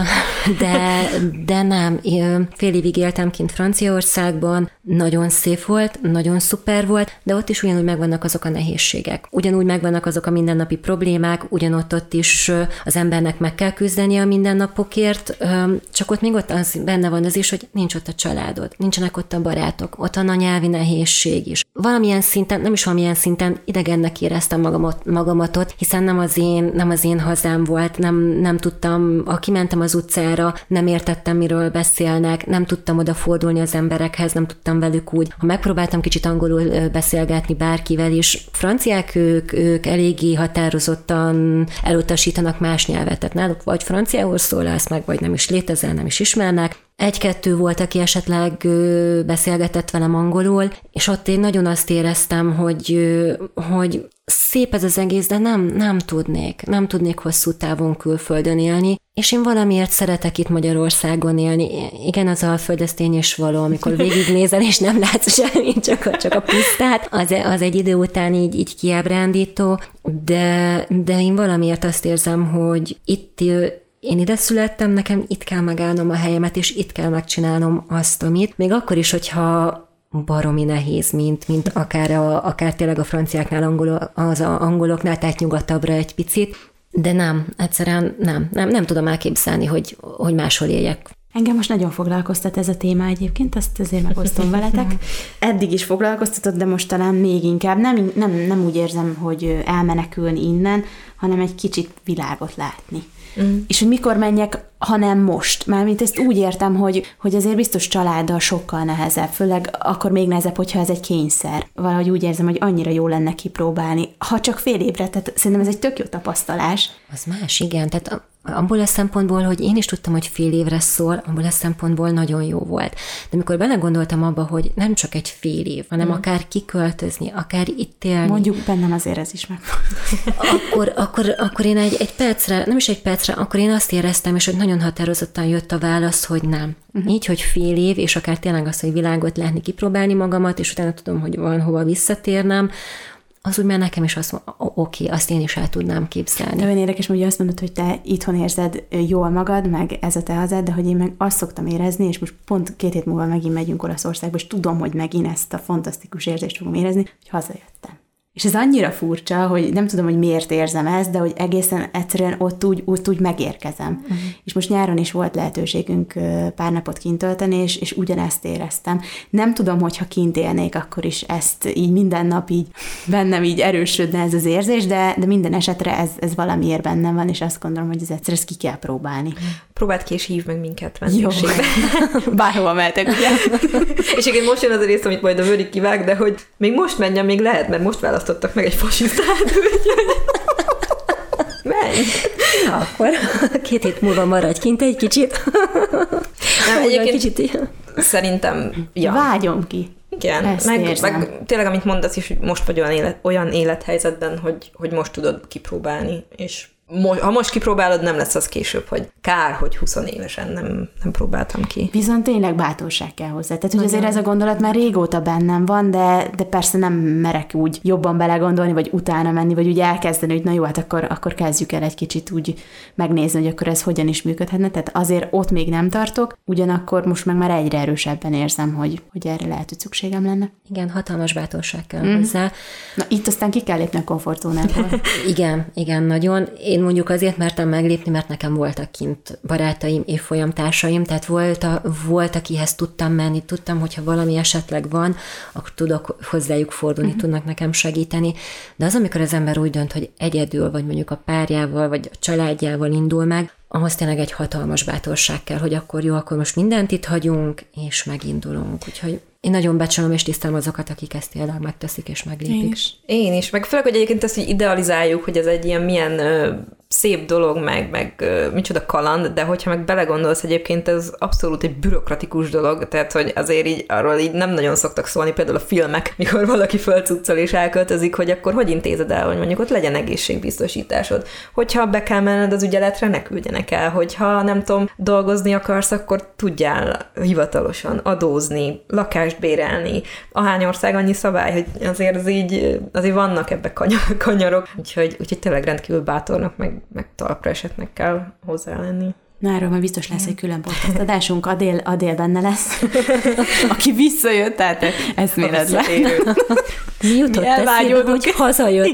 de nem. Fél évig éltem kint Franciaországban, nagyon szép volt, nagyon szuper volt, de ott is ugyanúgy megvannak azok a nehézségek. Ugyanúgy megvannak azok a mindennapi problémák, ott is az embernek meg kell küzdeni a mindennapokért, csak ott még ott benne van az is, hogy nincs ott a családod, nincsenek ott a barátok, ott van a nyelvi nehézség is. Valamilyen szinten, nem is valamilyen szinten idegennek éreztem magamat ott, hiszen nem az én hazám volt, nem tudtam, kimentem az utcára, nem értettem, miről beszélnek, nem tudtam odafordulni az emberekhez, nem tudtam velük úgy. Ha megpróbáltam kicsit angolul beszélgetni bárkivel is, franciák ők eléggé határozottan elutasítanak más nyelvet, tehát náluk vagy franciául szólalsz meg, vagy nem is létezel, nem is ismernek. 1-2 volt, aki esetleg beszélgetett velem angolul, és ott én nagyon azt éreztem, hogy szép ez az egész, de nem tudnék hosszú távon külföldön élni, és én valamiért szeretek itt Magyarországon élni. Igen, az Alföld, ez tény és való, amikor végignézel, és nem látsz semmit, csak a pusztát, az egy idő után így kiábrándító, de én valamiért azt érzem, hogy én ide születtem, nekem itt kell megállnom a helyemet, és itt kell megcsinálnom azt, amit. Még akkor is, hogyha baromi nehéz, mint akár tényleg a franciáknál, az angoloknál, tehát nyugatabbra egy picit, de egyszerűen nem tudom elképzelni, hogy máshol éljek. Engem most nagyon foglalkoztat ez a téma egyébként, azt azért megosztom veletek. Eddig is foglalkoztatott, de most talán még inkább. Nem úgy érzem, hogy elmenekülni innen, hanem egy kicsit világot látni. És hogy mikor menjek, ha nem most. Mármint ezt úgy értem, hogy azért biztos családdal sokkal nehezebb, főleg akkor még nehezebb, hogyha ez egy kényszer. Valahogy úgy érzem, hogy annyira jó lenne kipróbálni. Ha csak fél évre, tehát szerintem ez egy tök jó tapasztalás. Az más, igen. Tehát abból a szempontból, hogy én is tudtam, hogy fél évre szól, abból a szempontból nagyon jó volt. De amikor belegondoltam abba, hogy nem csak egy fél év, hanem akár kiköltözni, akár itt élni. Mondjuk bennem azért ez is meg. akkor én egy percre, nem is egy percre, akkor én azt éreztem, és hogy nagyon határozottan jött a válasz, hogy nem. Így, hogy fél év, és akár tényleg azt, hogy világot látni, kipróbálni magamat, és utána tudom, hogy van hova visszatérnem, az úgy már nekem is azt mondja, oké, azt én is el tudnám képzelni. De olyan érdekes, hogy azt mondod, hogy te itthon érzed jól magad, meg ez a te hazád, de hogy én meg azt szoktam érezni, és most pont 2 hét múlva megint megyünk Olaszországba, és tudom, hogy megint ezt a fantasztikus érzést fogom érezni, hogy hazajöttem. És ez annyira furcsa, hogy nem tudom, hogy miért érzem ezt, de hogy egészen egyszerűen ott úgy megérkezem. És most nyáron is volt lehetőségünk pár napot kint tölteni, és ugyanezt éreztem. Nem tudom, hogyha kint élnék, akkor is ezt így minden nap így bennem így erősödne ez az érzés, de minden esetre ez valamiért bennem van, és azt gondolom, hogy egyszer ezt ki kell próbálni. Próbáld ki, és hívd meg minket vendégségbe. Bárhova mehetek, ugye? És igen, most jön az a rész, amit majd a Vöri kivág, de hogy még most menjen, még lehet, mert most választottak meg egy fasisztát, úgyhogy menj! Akkor 2 hét múlva maradj kint egy kicsit. Nem, egyébként szerintem, vágyom ki. Igen, meg tényleg, amit mondasz is, hogy most vagy olyan élethelyzetben, hogy most tudod kipróbálni, és ha most kipróbálod, nem lesz az később, hogy kár, hogy 20 évesen nem próbáltam ki. Viszont tényleg bátorság kell hozzá. Tehát, hogy azért ez a gondolat már régóta bennem van, de persze nem merek úgy jobban belegondolni, vagy utána menni, vagy úgy elkezdeni, hogy na jó, hát akkor kezdjük el egy kicsit úgy megnézni, hogy akkor ez hogyan is működhetne. Tehát azért ott még nem tartok, ugyanakkor most meg már egyre erősebben érzem, hogy erre lehet, hogy szükségem lenne. Igen, hatalmas bátorság kell hozzá. Na itt aztán ki kell lépni a komfortzónából. Igen, nagyon. Én mondjuk azért mertem meglépni, mert nekem voltak kint barátaim, évfolyamtársaim, tehát volt, akihez tudtam menni, tudtam, hogyha valami esetleg van, akkor tudok hozzájuk fordulni, tudnak nekem segíteni. De az, amikor az ember úgy dönt, hogy egyedül, vagy mondjuk a párjával, vagy a családjával indul meg, ahhoz tényleg egy hatalmas bátorság kell, hogy akkor jó, akkor most mindent itt hagyunk, és megindulunk. Úgyhogy én nagyon becsülöm és tisztelem azokat, akik ezt tényleg megteszik és meglépik. Én is. Meg főleg, hogy egyébként ezt így idealizáljuk, hogy ez egy ilyen milyen szép dolog, meg micsoda kaland, de hogyha meg belegondolsz, egyébként ez abszolút egy bürokratikus dolog, tehát hogy azért így arról így nem nagyon szoktak szólni, például a filmek, mikor valaki fölcuccol és elköltözik, hogy akkor hogy intézed el, hogy mondjuk ott legyen egészségbiztosításod. Hogyha be kell menned az ügyeletre, ne küldjenek el, hogyha nem tudom, dolgozni akarsz, akkor tudjál hivatalosan adózni, lakást bérelni. Ahány ország annyi szabály, hogy azért vannak ebbe kanyarok, úgyhogy tényleg rendkívül bátornak, meg talpra esetnek kell hozzá lenni. Na, erről már biztos lesz egy külön podcast adásunk, Adél benne lesz, aki visszajött, tehát eszméletlen. Mi jutott eszébe, hogy hazajött.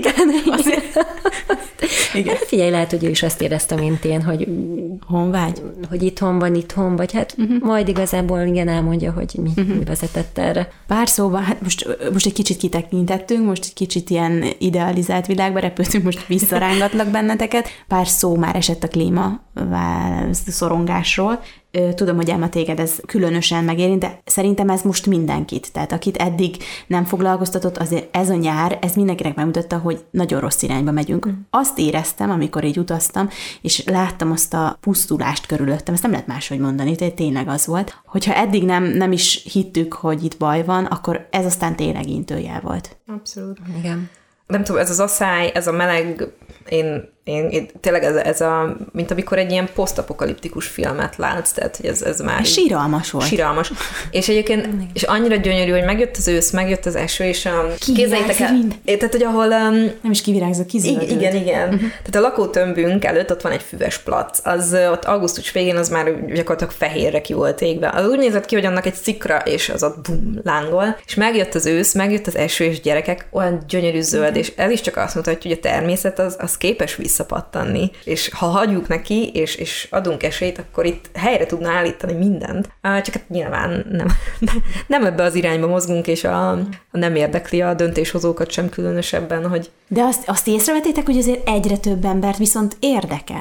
Igen. Hát figyelj, lehet, hogy ő is azt éreztem, mint én, hogy honvágy, hogy itthon vagy, hát majd igazából igen elmondja, hogy mi vezetett erre. Pár szóban, hát most egy kicsit kitekintettünk, most egy kicsit ilyen idealizált világba repültünk, most visszarángatlak benneteket. Pár szó már esett a klíma szorongásról. Tudom, hogy Emma, téged ez különösen megérint, de szerintem ez most mindenkit. Tehát akit eddig nem foglalkoztatott, azért ez a nyár, ez mindenkinek megmutatta, hogy nagyon rossz irányba megyünk. Azt éreztem, amikor így utaztam, és láttam azt a pusztulást körülöttem, ezt nem lehet máshogy mondani, tehát tényleg az volt, hogyha eddig nem is hittük, hogy itt baj van, akkor ez aztán tényleg intőjel volt. Abszolút. Igen. Nem tudom, ez az asszály, ez a meleg, én tényleg ez a, mint amikor egy ilyen posztapokaliptikus filmet látsz, tehát hogy ez már... Síralmas volt. Síralmas. És egyébként, és annyira gyönyörű, hogy megjött az ősz, megjött az eső, és képzeljétek el, tehát hogy ahol... nem is kivirágzott, kizöldült. Igen. Tehát a lakótömbünk előtt ott van egy füves plac. Az ott augusztus végén az már gyakorlatilag fehérre ki volt égve. Az úgy nézett ki, hogy annak egy szikra, és az ott bum, lángol. És megjött az ősz, megjött az eső, és gyerekek, olyan gyönyörű zöld, és ez is csak azt mutatja, hogy a természet az képes visszapattanni. És ha hagyjuk neki, és adunk esélyt, akkor itt helyre tudna állítani mindent. Csak hát nyilván nem ebbe az irányba mozgunk, és nem érdekli a döntéshozókat sem különösebben, hogy... De azt észrevettétek, hogy azért egyre több embert viszont érdekel.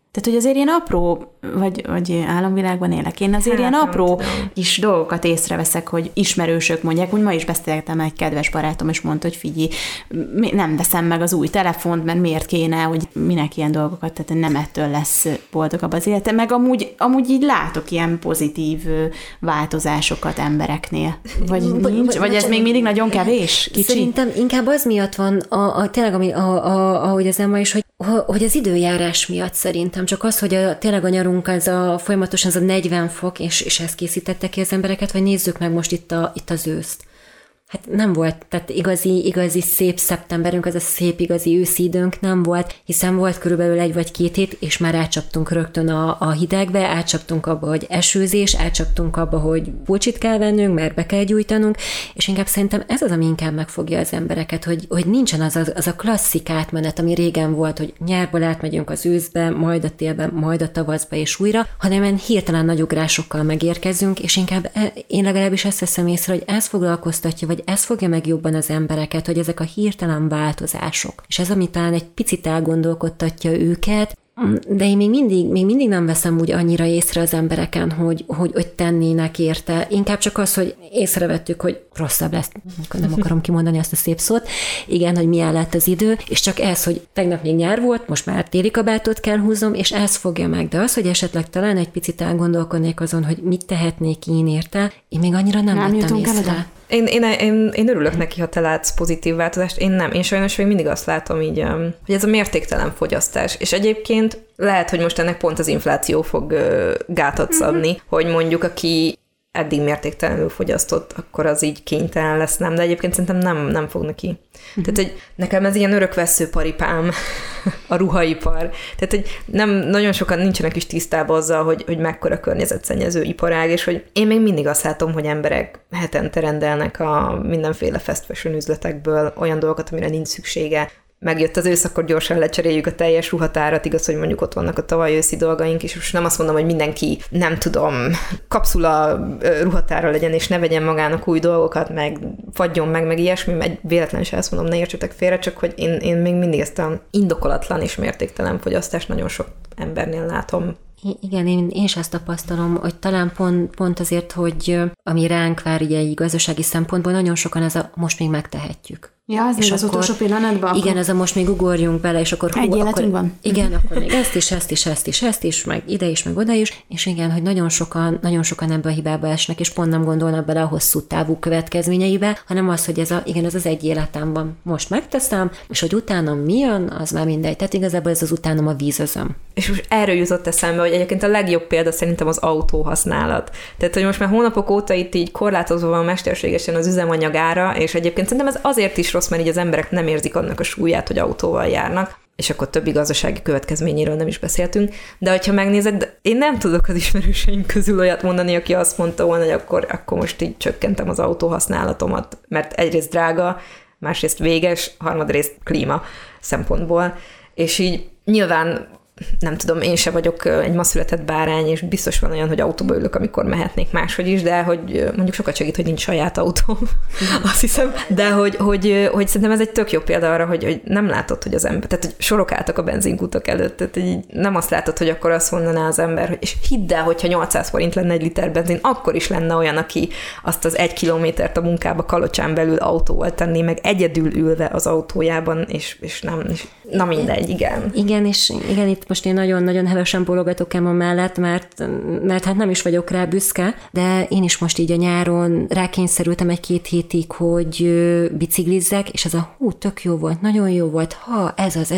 Tehát, hogy azért ilyen apró, vagy álomvilágban élek, én azért ilyen apró kis dolgokat észreveszek, hogy ismerősök mondják, úgy ma is beszéltem egy kedves barátom, és mondta, hogy figyelj, nem veszem meg az új telefont, mert miért kéne, hogy minek ilyen dolgokat, tehát nem ettől lesz boldogabb az élete, meg amúgy így látok ilyen pozitív változásokat embereknél. Vagy nincs? Vagy ez még mindig nagyon kevés? Kicsi? Szerintem inkább az miatt van, tényleg, ahogy az Emma is, hogy az időjárás miatt szerintem, csak az, hogy tényleg a nyarunk az folyamatosan az a 40 fok, és ezt készítette ki az embereket, vagy nézzük meg most itt az őszt. Hát nem volt, tehát igazi szép szeptemberünk, az a szép igazi őszi időnk nem volt, hiszen volt körülbelül 1 vagy 2 hét, és már átcsaptunk rögtön a hidegbe, átcsaptunk abba, hogy esőzés, átcsaptunk abba, hogy pulcsit kell vennünk, mert be kell gyújtanunk, és inkább szerintem ez az, ami inkább megfogja az embereket, hogy nincsen az a klasszik átmenet, ami régen volt, hogy nyárból átmegyünk az őszbe, majd a télbe, majd a tavaszba és újra, hanem ilyen hirtelen nagy ugrásokkal megérkezünk, és inkább én legalábbis ezt veszem észre, hogy ez foglalkoztatja, vagy ez fogja meg jobban az embereket, hogy ezek a hirtelen változások. És ez, ami talán egy picit elgondolkodtatja őket, de én még mindig nem veszem úgy annyira észre az embereken, hogy tennének érte. Inkább csak az, hogy észrevettük, hogy rosszabb lesz. Nem akarom kimondani azt a szép szót. Igen, hogy milyen lett az idő, és csak ez, hogy tegnap még nyár volt, most már téli kabátot kell húznom, és ez fogja meg. De az, hogy esetleg talán egy picit elgondolkodnék azon, hogy mit tehetnék én érte, én még annyira nem vettem észre. Én örülök neki, ha te látsz pozitív változást. Én nem. Én sajnos még mindig azt látom így, hogy ez a mértéktelen fogyasztás. És egyébként lehet, hogy most ennek pont az infláció fog gátat szabni, hogy mondjuk aki eddig mértéktelenül fogyasztott, akkor az így kénytelen lesz, nem? De egyébként szerintem nem fog neki. Tehát, hogy nekem ez ilyen örökvesző paripám, a ruhaipar. Tehát, hogy nagyon sokan nincsenek is tisztában azzal, hogy mekkora környezetszennyező iparág, és hogy én még mindig azt látom, hogy emberek hetente rendelnek a mindenféle fast fashion üzletekből olyan dolgokat, amire nincs szüksége. Megjött az ősz, akkor gyorsan lecseréljük a teljes ruhatárat, igaz, hogy mondjuk ott vannak a tavaly őszi dolgaink, és most nem azt mondom, hogy mindenki, nem tudom, kapszula ruhatára legyen, és ne vegyen magának új dolgokat, meg fagyjon meg ilyesmi, mert véletlenül sem ezt mondom, ne értsetek félre, csak hogy én még mindig ezt a indokolatlan és mértéktelen fogyasztást nagyon sok embernél látom. Igen, én is ezt tapasztalom, hogy talán pont azért, hogy ami ránk vár ugye gazdasági szempontból, nagyon sokan ez a most még megtehetjük. Ja, az még az utolsó pillanatban. Igen, ez a most még ugorjunk bele, és akkor egy életünk van. Igen, akkor még ezt is, meg ide is, meg oda is, és igen, hogy nagyon sokan ebbe a hibába esnek, és pont nem gondolnak bele a hosszú távú következményeibe, hanem az, hogy ez az egy életem van. Most megteszem, és hogy utána mi jön, az már mindegy. Tehát igazából ez az utánom a vízözöm. És most erről jutott eszembe, hogy egyébként a legjobb példa szerintem az autóhasználat. Tehát, hogy most már hónapok óta itt így korlátozva van mesterségesen az üzemanyagára, és egyébként szerintem ez azért is rossz, mert így az emberek nem érzik annak a súlyát, hogy autóval járnak, és akkor többi gazdasági következményéről nem is beszéltünk. De hogyha megnézed, de én nem tudok az ismerőseim közül olyat mondani, aki azt mondta volna, hogy akkor most így csökkentem az autóhasználatomat, mert egyrészt drága, másrészt véges, harmadrészt klíma szempontból. És így nyilván nem tudom, én se vagyok egy ma született bárány, és biztos van olyan, hogy autóba ülök, amikor mehetnék máshogy is, de hogy mondjuk sokat segít, hogy nincs saját autóm, azt hiszem, de hogy szerintem ez egy tök jó példa arra, hogy nem látod, hogy az ember, tehát hogy sorok álltak a benzinkutak előtt, tehát így nem azt látod, hogy akkor azt mondaná az ember, hogy, és hidd el, hogyha 800 forint lenne egy liter benzin, akkor is lenne olyan, aki azt az 1 kilométert a munkába Kalocsán belül autóval tenni, meg egyedül ülve az autójában, és nem, na mindegy, igen. Igen, és igen, itt most én nagyon-nagyon hevesen bólogatok Emma mellett, mert hát nem is vagyok rá büszke, de én is most így a nyáron rákényszerültem 1-2 hétig, hogy biciklizzek, és ez a tök jó volt, nagyon jó volt, ez az.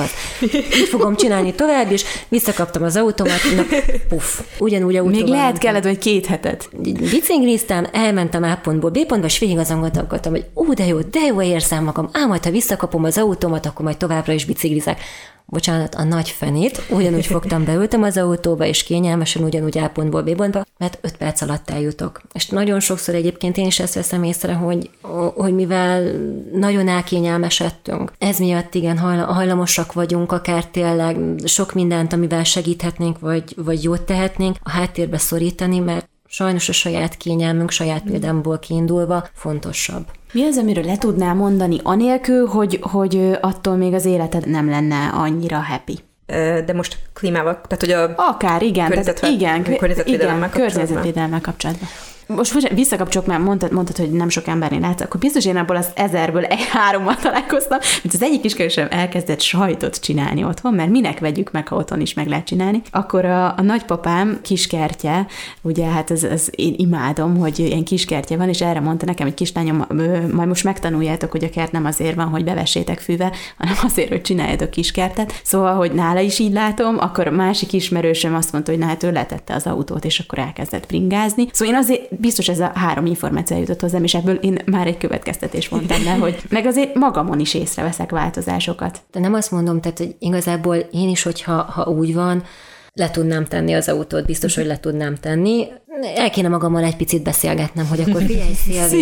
Így fogom csinálni tovább, és visszakaptam az autómat, puff, ugyanúgy autóval. Még lehet kellett, vagy 2 hetet. Bicikliztem, elmentem A pontból B pontba, és végig azon gondolkodtam, hogy de jó érzem magam, majd ha visszakapom az autómat, akkor majd továbbra is biciklizek. Bocsánat, a nagy fenét, ugyanúgy fogtam, beültem az autóba, és kényelmesen ugyanúgy A pontból B pontba, mert 5 perc alatt eljutok. És nagyon sokszor egyébként én is ezt veszem észre, hogy mivel nagyon elkényelmesedtünk, ez miatt igen, hajlamosak vagyunk, akár tényleg sok mindent, amivel segíthetnénk, vagy jót tehetnénk, a háttérbe szorítani, mert sajnos a saját kényelmünk, saját példámból kiindulva fontosabb. Mi az, amiről le tudnál mondani anélkül, hogy attól még az életed nem lenne annyira happy? de most klímával, tehát hogy a akár, igen, környezetvédelemmel kapcsolatban. Most visszakapcsolok, mert mondtad, hogy nem sok embernél látsz, akkor biztos én abból az 1000-ből 3-mal találkoztam, mint az egyik kiskerősöm elkezdett sajtot csinálni otthon, mert minek vegyük meg, ha otthon is meg lehet csinálni. Akkor a nagypapám kiskertje, ugye hát ez én imádom, hogy ilyen kiskertje van, és erre mondta nekem, hogy kislányom, majd most megtanuljátok, hogy a kert nem azért van, hogy bevessétek fűvel, hanem azért, hogy csináljátok kiskertet. Szóval, hogy nála is így látom, akkor a másik ismerősöm azt mondta, hogy hát ő letette az autót, és akkor elkezdett bringázni. Szóval én azért biztos ez a 3 információ jutott hozzám, és ebből én már egy következtetés mondtam le, hogy meg azért magamon is észreveszek változásokat. De nem azt mondom, tehát, hogy igazából én is, hogyha úgy van, le tudnám tenni az autót, biztos, hogy le tudnám tenni. El kéne magammal egy picit beszélgetnem, hogy akkor figyelj, Szilvi.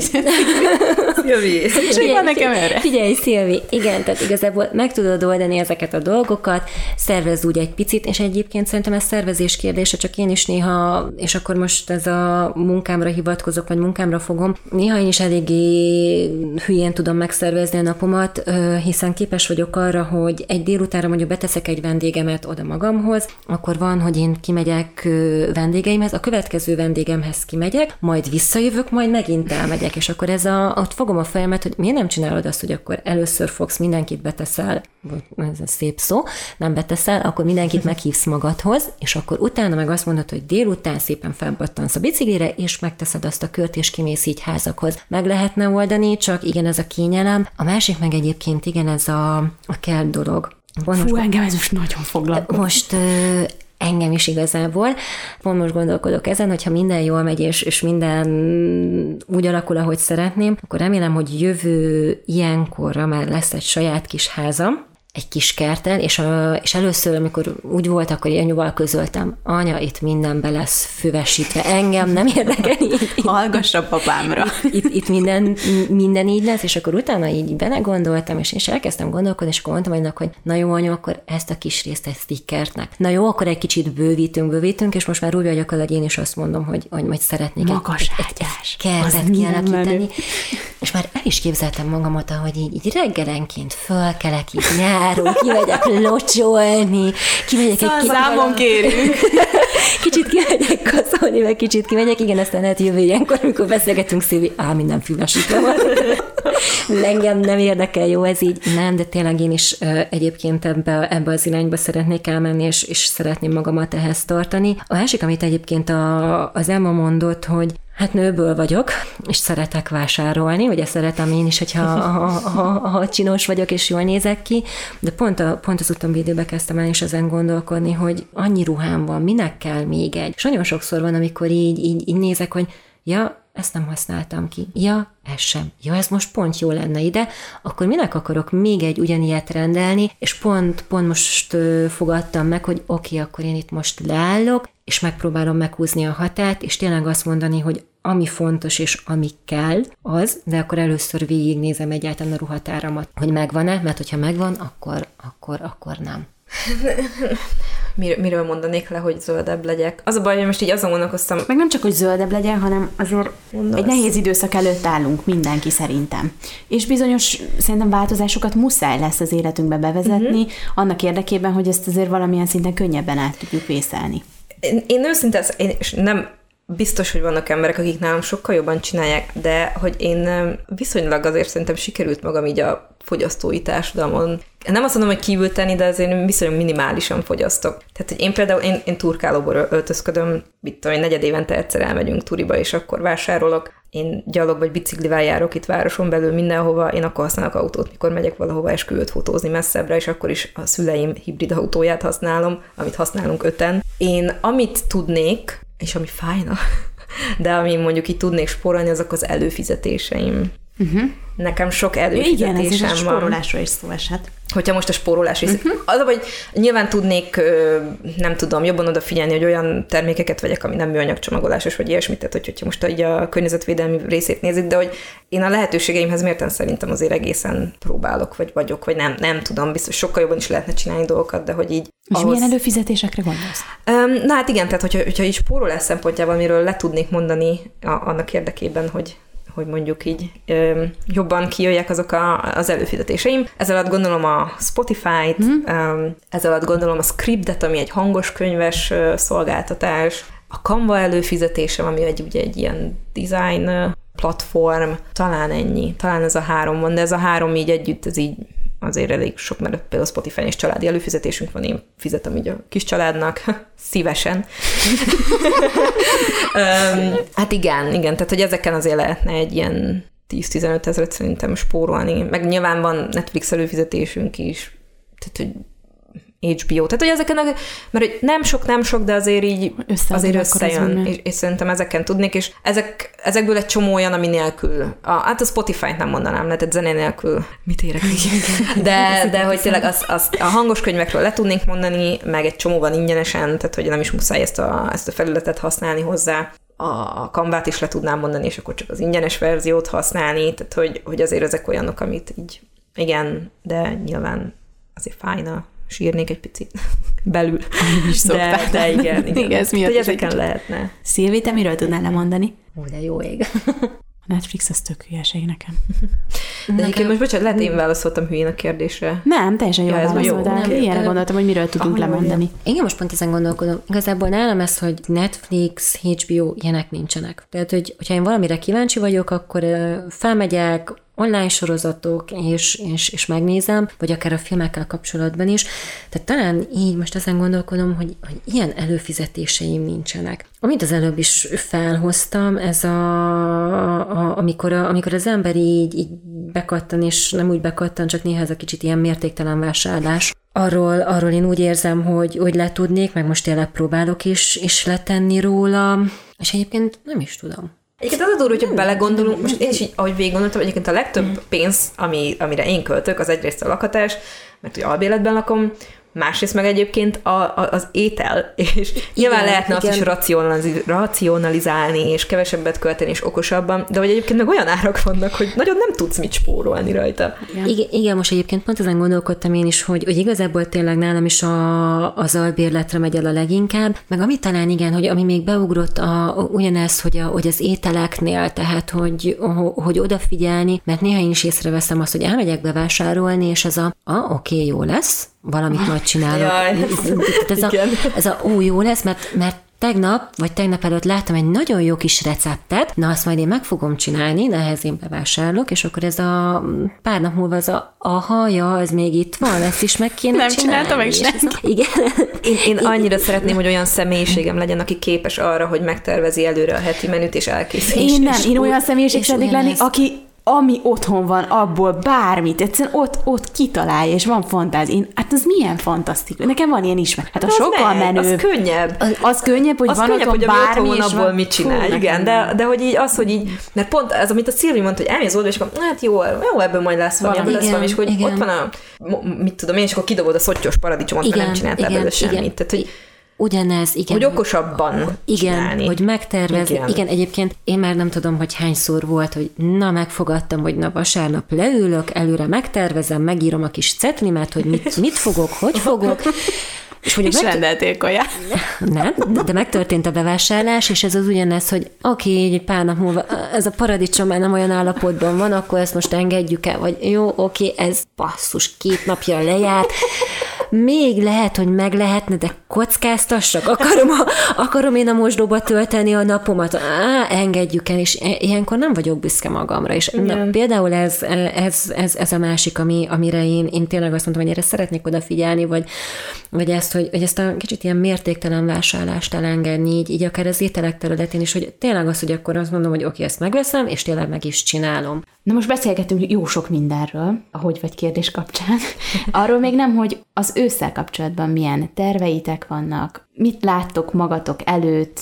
Figyelj, Szilvi. Igen, tehát igazából meg tudod oldani ezeket a dolgokat, szervezz úgy egy picit, és egyébként szerintem ez szervezés kérdése, csak én is néha, és akkor most ez a munkámra hivatkozok, vagy munkámra fogom, néha én is eléggé hülyén tudom megszervezni a napomat, hiszen képes vagyok arra, hogy egy délutánra mondjuk beteszek egy vendégemet oda magamhoz, akkor van, hogy én kimegyek vendégeimhez, a következő vendégemhez kimegyek, majd visszajövök, majd megint elmegyek, és akkor ott fogom a fejemet, hogy miért nem csinálod azt, hogy akkor először fogsz, mindenkit beteszel, ez a szép szó, nem beteszel, akkor mindenkit meghívsz magadhoz, és akkor utána meg azt mondod, hogy délután szépen felpattansz a biciklire, és megteszed azt a kört, és kimész így házakhoz. Meg lehetne oldani, csak igen, ez a kényelem. A másik meg egyébként igen, ez a kert dolog. Fú, engem ez most nagyon foglalkozik. Most engem is igazából. Pont most gondolkodok ezen, hogyha minden jól megy, és minden úgy alakul, ahogy szeretném, akkor remélem, hogy jövő ilyenkorra már lesz egy saját kis házam, egy kis kerten, és először, amikor úgy volt, akkor anyuval közöltem, anya, itt mindenbe lesz füvesítve, engem nem érdekel. Hallgass a papámra. Itt minden így lesz, és akkor utána így belegondoltam, és elkezdtem gondolkodni, és akkor mondtam anyunak, hogy na jó, anyu, akkor ezt a kis részt, ezt így kertnek. Na jó, akkor egy kicsit bővítünk, és most már úgy vagyok, hogy én is azt mondom, hogy majd szeretnék egy kertet kialakítani. És már el is képzeltem magamat, hogy így reggelenként fölkelek, így nyáron, kimegyek locsolni, kimegyek számon kérünk. Kicsit kimegyek kaszolni, meg kicsit kimegyek, igen, aztán lehet jövő ilyenkor, amikor beszélgetünk, Szilvi, minden füvesítve van. Engem nem érdekel, jó ez így, nem, de tényleg én is egyébként ebbe az irányba szeretnék elmenni, és szeretném magamat ehhez tartani. A másik, amit egyébként az Emma mondott, hogy hát nőből vagyok, és szeretek vásárolni, ugye szeretem én is, ha csinos vagyok, és jól nézek ki, de pont az utóbbi időben kezdtem el is ezen gondolkodni, hogy annyi ruhám van, minek kell még egy. És nagyon sokszor van, amikor így nézek, hogy ja, ezt nem használtam ki. Ja, ez sem. Ja, ez most pont jó lenne ide, akkor minek akarok még egy ugyanilyet rendelni, és pont most fogadtam meg, hogy oké, akkor én itt most leállok, és megpróbálom meghúzni a határt, és tényleg azt mondani, hogy ami fontos és ami kell, az, de akkor először végignézem egyáltalán a ruhatáramat, hogy megvan-e, mert hogyha megvan, akkor nem. Miről mondanék le, hogy zöldebb legyek? Az a baj, hogy most így azon gondolkoztam. Meg nem csak, hogy zöldebb legyen, hanem azért egy nehéz időszak előtt állunk mindenki szerintem. És bizonyos szerintem változásokat muszáj lesz az életünkbe bevezetni, annak érdekében, hogy ezt azért valamilyen szinten könnyebben át tudjuk vészelni. Én őszintén, és nem biztos, hogy vannak emberek, akik nálam sokkal jobban csinálják, de hogy én viszonylag azért szerintem sikerült magam így a fogyasztói társadalmon. Nem azt mondom, hogy kívül tenni, de azért viszonylag minimálisan fogyasztok. Tehát, hogy én például, én turkálóból öltözködöm, mit tudom, 4 évente egyszer elmegyünk turiba, és akkor vásárolok. Én gyalog vagy biciklivel járok itt városon belül mindenhova, én akkor használok autót, mikor megyek valahova esküvőt fotózni messzebbre, és akkor is a szüleim hibrid autóját használom, amit használunk 5-en. Én amit tudnék, és ami fájna, de ami mondjuk itt tudnék spórolni, azok az előfizetéseim. Nekem sok előfizetésem van. Igen, ez a spórolásról is szó eshet. Hogyha most a spórolás is. Az, hogy nyilván tudnék, nem tudom, jobban odafigyelni, hogy olyan termékeket vegyek, ami nem műanyagcsomagolásos, vagy ilyesmit, tehát hogyha most így a környezetvédelmi részét nézik, de hogy én a lehetőségeimhez mérten szerintem azért egészen próbálok, vagy vagyok, vagy nem tudom, biztos sokkal jobban is lehetne csinálni dolgokat, de hogy így és milyen előfizetésekre gondolsz? Na hát igen, tehát hogyha így spórolás szempontjában, miről le tudnék mondani annak érdekében, hogy hogy mondjuk így jobban kijöjjek azok az előfizetéseim. Ez alatt gondolom a Spotify-t, ez alatt gondolom a Scribdet, ami egy hangos könyves szolgáltatás, a Canva előfizetésem, ami ugye egy ilyen design platform, talán ennyi, talán ez a 3 van, de ez a 3 így együtt, ez így azért elég sok, mert például a Spotify-n és családi előfizetésünk van, én fizetem így a kis családnak, szívesen. Hát igen, tehát hogy ezeken azért lehetne egy ilyen 10-15 ezeret szerintem spórolni, meg nyilván van Netflix előfizetésünk is, tehát hogy HBO, tehát hogy ezeken, mert hogy nem sok, de azért így azért összejön, és szerintem ezeken tudnék, és ezekből egy csomó olyan, ami nélkül, hát a Spotify-t nem mondanám, tehát zené nélkül mit érek? De hogy tényleg azt a hangos könyvekről le tudnék mondani, meg egy csomó van ingyenesen, tehát hogy nem is muszáj ezt a felületet használni hozzá. A Canvát is le tudnám mondani, és akkor csak az ingyenes verziót használni, tehát hogy azért ezek olyanok, amit így, igen, de nyilván azért fájna, sírnék egy picit belül. De igen. Ez miatt hogy ezeken lehetne. Szilvi, te miről tudnál lemondani? De jó ég. A Netflix az tök hülyeség nekem. De egyébként most bocsánat, lehet én válaszoltam hülyén a kérdésre. Nem, teljesen jól válaszoltál. Ilyenre gondoltam, hogy miről tudunk lemondani. Igen, most pont ezen gondolkodom. Igazából nálam ez, hogy Netflix, HBO, ilyenek nincsenek. Tehát, hogyha én valamire kíváncsi vagyok, akkor felmegyek, online sorozatok, és megnézem, vagy akár a filmekkel kapcsolatban is. Tehát talán így most ezen gondolkodom, hogy ilyen előfizetéseim nincsenek. Amit az előbb is felhoztam, ez amikor az ember így bekattan, és nem úgy bekattan, csak néha ez a kicsit ilyen mértéktelen vásárlás. Arról én úgy érzem, hogy letudnék, meg most tényleg próbálok is letenni róla, és egyébként nem is tudom. Egyébként az a durva, hogyha belegondolunk, most én is így, ahogy végig gondoltam, egyébként a legtöbb pénz, amire én költök, az egyrészt a lakhatás, mert ugye albérletben lakom, másrészt meg egyébként az étel, és nyilván lehetne azt is racionalizálni, és kevesebbet költeni, és okosabban, de hogy egyébként meg olyan árak vannak, hogy nagyon nem tudsz mit spórolni rajta. Igen, most egyébként pont ezen gondolkodtam én is, hogy igazából tényleg nálam is az albérletre megy el a leginkább, meg ami talán igen, hogy ami még beugrott ugyanez, hogy az ételeknél, tehát hogy odafigyelni, mert néha én is észreveszem azt, hogy elmegyek bevásárolni, és ez oké, jó lesz, valamit majd csinálok. Ez jó lesz, mert tegnap előtt láttam egy nagyon jó kis receptet, na azt majd én meg fogom csinálni, de ehhez én bevásárolok, és akkor ez a pár nap múlva az haja, ez még itt van, ezt is meg kéne nem csinálni. Nem csináltam meg sem. Igen. Én annyira szeretném, hogy olyan személyiségem legyen, aki képes arra, hogy megtervezi előre a heti menüt, és elkészíti. Én olyan személyiség szeretnék lenni, ami otthon van, abból bármit, egyszerűen ott kitalálja, és van fantázia. Hát az milyen fantasztikus. Nekem van ilyen ismer. Hát sokkal menőbb. Az könnyebb. Az könnyebb, hogy van otthon bármi, és abból mit csinál. Igen, de hogy így az, hogy így, mert pont ez, amit a Szilvi mondta, hogy elmész oldal, és akkor hát jó, ebből majd lesz valami, és hogy igen. Ott van mit tudom én, és akkor kidobod a szottyos paradicsomot, mert nem csináltál belőle semmit. Tehát, hogy ugyanez, igen. Hogy okosabban csinálni. Hogy megtervezni. Igen, egyébként én már nem tudom, hogy hányszor volt, hogy megfogadtam, hogy vasárnap leülök, előre megtervezem, megírom a kis cetlimet, hogy mit fogok, hogy fogok. És rendeltél kaját. Nem, de megtörtént a bevásárlás, és ez az ugyanez, hogy egy pár nap múlva ez a paradicsom már nem olyan állapotban van, akkor ezt most engedjük el, vagy jó, ez basszus, 2 napja lejárt, még lehet, hogy meg lehetne, de kockáztassak, akarom én a mosdóba tölteni a napomat, engedjük el, és ilyenkor nem vagyok büszke magamra, és például ez a másik, amire én tényleg azt mondtam, hogy erre szeretnék odafigyelni, vagy ezt, hogy ezt a kicsit ilyen mértéktelen vásárlást elengedni, így akár az ételek területén is, hogy tényleg az, hogy akkor azt mondom, hogy oké, ezt megveszem, és tényleg meg is csinálom. Na most beszélgetünk jó sok mindenről, ahogy vagy kérdés kapcsán. Arról még nem, hogy az ősszel kapcsolatban milyen terveitek vannak, mit láttok magatok előtt,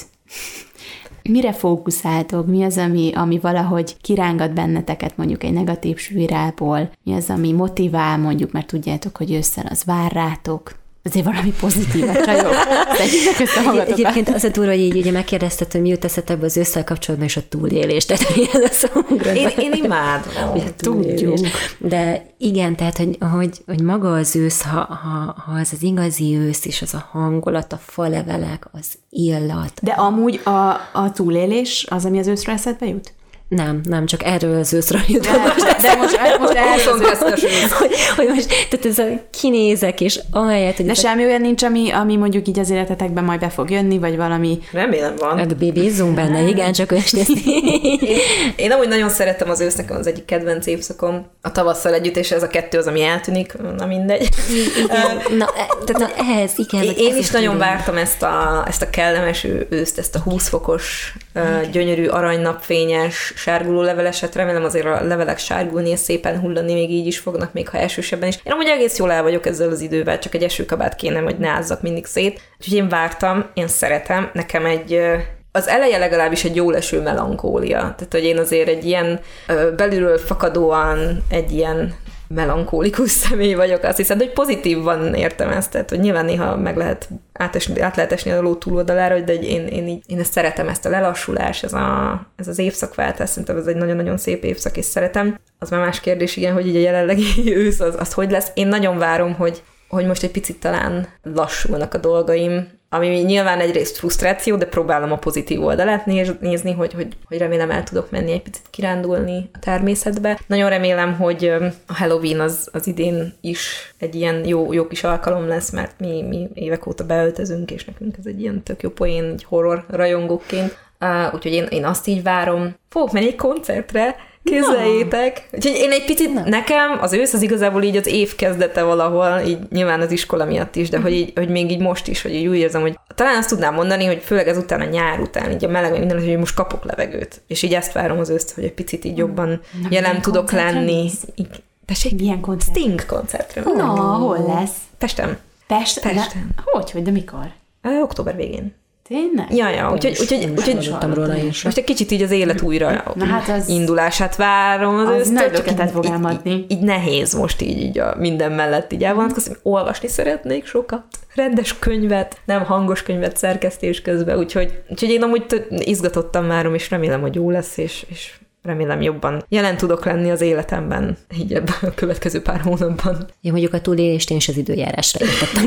mire fókuszáltok, mi az, ami valahogy kirángat benneteket mondjuk egy negatív spirálból, mi az, ami motivál mondjuk, mert tudjátok, hogy ősszel az vár rátok. Azért valami pozitívat, csajok. Egyébként az a durva, hogy így ugye megkérdezted, hogy mi jut eszedbe az ősszel kapcsolatban, és a túlélés. Tehát milyen a számunkra. Én imádom. Tudjuk. De igen, tehát, hogy maga az ősz, ha az igazi ősz, és az a hangulat, a falevelek, az illat. De amúgy a túlélés az, ami az őszre eszedbe jut? Nem, csak erről az őszről jutott. De most hogy most, tehát ez a kinézek, és ahelyett, hogy... De semmi olyan nincs, ami mondjuk így az életetekben majd be fog jönni, vagy valami... Remélem van. Hát bízzunk benne, igen, csak Én amúgy nagyon szeretem az ősz, nekem az egyik kedvenc évszakom a tavasszal együtt, és ez a kettő az, ami eltűnik, na mindegy. Igen. Én is nagyon vártam ezt a kellemes őszt, ezt a 20 fokos, gyönyörű, aranynapfényes, sárguló leveleset. Remélem azért a levelek sárgulni és szépen hullani még így is fognak, még ha esősebben is. Én amúgy egész jól el vagyok ezzel az idővel, csak egy esőkabát kéne, hogy ne ázzak mindig szét. Úgyhogy én vártam, én szeretem. Nekem az eleje legalábbis egy jól eső melankólia. Tehát, hogy én azért egy ilyen belülről fakadóan egy ilyen melankólikus személy vagyok, azt hiszem, hogy pozitívan értem ezt, tehát, hogy nyilván néha át lehet esni a ló túloldalára, de én ezt szeretem, ezt a lelassulás, ez az évszakváltás, szerintem ez egy nagyon-nagyon szép évszak, és szeretem. Az már más kérdés, igen, hogy így a jelenlegi ősz, az hogy lesz. Én nagyon várom, hogy most egy picit talán lassulnak a dolgaim, ami nyilván egyrészt frusztráció, de próbálom a pozitív oldalát nézni, hogy remélem el tudok menni egy picit kirándulni a természetbe. Nagyon remélem, hogy a Halloween az idén is egy ilyen jó kis alkalom lesz, mert mi évek óta beöltözünk, és nekünk ez egy ilyen tök jó poén, egy horror rajongóként. Úgyhogy én azt így várom. Fogok menni egy koncertre, képzeljétek. Úgyhogy én egy picit, nekem az ősz az igazából így az év kezdete valahol, így nyilván az iskola miatt is, de hogy még így most is, hogy így úgy érzem, hogy talán azt tudnám mondani, hogy főleg ezután a nyár után, így a meleg, minden, hogy most kapok levegőt. És így ezt várom az őszt, hogy egy picit így jobban jelen tudok lenni. Tessék? Milyen koncert? Sting koncertre. Na, hol lesz? Pesten. Pesten? Hogy, de mikor? Október végén. Tényleg? Ja, úgyhogy róla is. most egy kicsit így az élet újra indulását várom az ősztől. Nagy löketet fog elmadni. Így nehéz most így a minden mellett így elvonatkozni. Olvasni szeretnék sokat, rendes könyvet, nem hangos könyvet szerkesztés közben, úgyhogy én amúgy izgatottan várom, és remélem, hogy jó lesz, és remélem jobban jelen tudok lenni az életemben, így ebben a következő pár hónapban. Én mondjuk a túlélést én is az időjárásra értettem.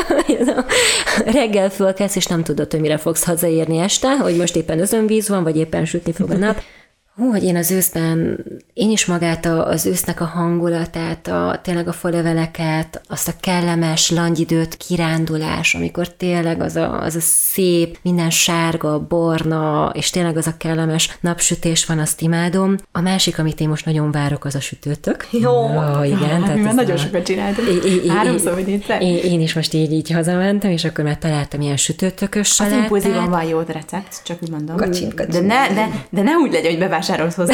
Reggel fölkelsz, és nem tudod, hogy mire fogsz hazaérni este, hogy most éppen özönvíz van, vagy éppen sütni fog a nap. Hogy én az őszben, én is magát az ősznek a hangulatát, tényleg a faleveleket, azt a kellemes langyidőt, kirándulás, amikor tényleg az a szép, minden sárga, barna, és tényleg az a kellemes napsütés van, azt imádom. A másik, amit én most nagyon várok, az a sütőtök. Jó! Igen, tehát nagyon sokat csináltam. Háromszor, vagy egyszer. Én is most így hazamentem, és akkor már találtam ilyen sütőtökös salátát. Az impulzívan van jó recept, csak úgy mondom. Kacsin. De ne úgy legyen, hogy bevásárolsz hozzá,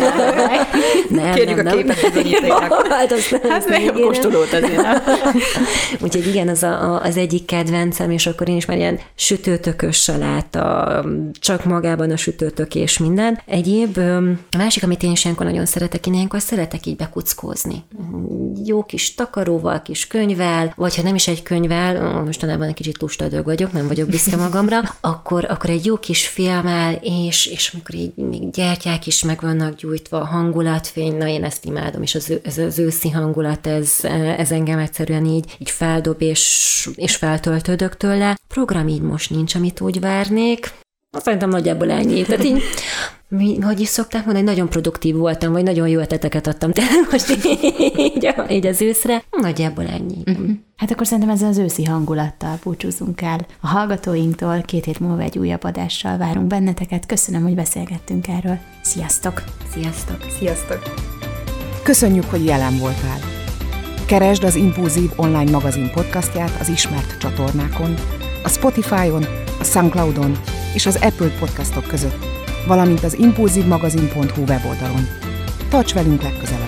nem Kérjük a képet bizonyítéknak. Hát meg kóstolót azért. Úgyhogy igen, az egyik kedvencem, és akkor én is már ilyen sütőtökös saláta, csak magában a sütőtök és minden. Egyéb, a másik, amit én is ilyenkor nagyon szeretek, én ilyenkor szeretek így bekuckózni. Jó kis takaróval, kis könyvvel, vagy ha nem is egy könyvvel, mostanában egy kicsit lustadög vagyok, nem vagyok büszke magamra, akkor egy jó kis filmmel, és amikor így még gyertyák is meg vannak gyújtva, a hangulatfény, na én ezt imádom, és ez az őszi hangulat, ez engem egyszerűen így feldob, és feltöltődök tőle. Program így most nincs, amit úgy várnék. Szerintem nagyjából ennyi. Tehát hogy is szokták mondani, nagyon produktív voltam, vagy nagyon jó ötleteket adtam tényleg most így az őszre. Nagyjából ennyi. Uh-huh. Hát akkor szerintem ezzel az őszi hangulattal búcsúzunk el a hallgatóinktól. 2 hét múlva egy újabb adással várunk benneteket. Köszönöm, hogy beszélgettünk erről. Sziasztok! Sziasztok! Sziasztok! Köszönjük, hogy jelen voltál. Keresd az Impulzív online magazin podcastját az ismert csatornákon, a Spotify-on, a Soundcloud-on és az Apple podcastok között, valamint az impulzívmagazin.hu weboldalon. Tarts velünk legközelebb!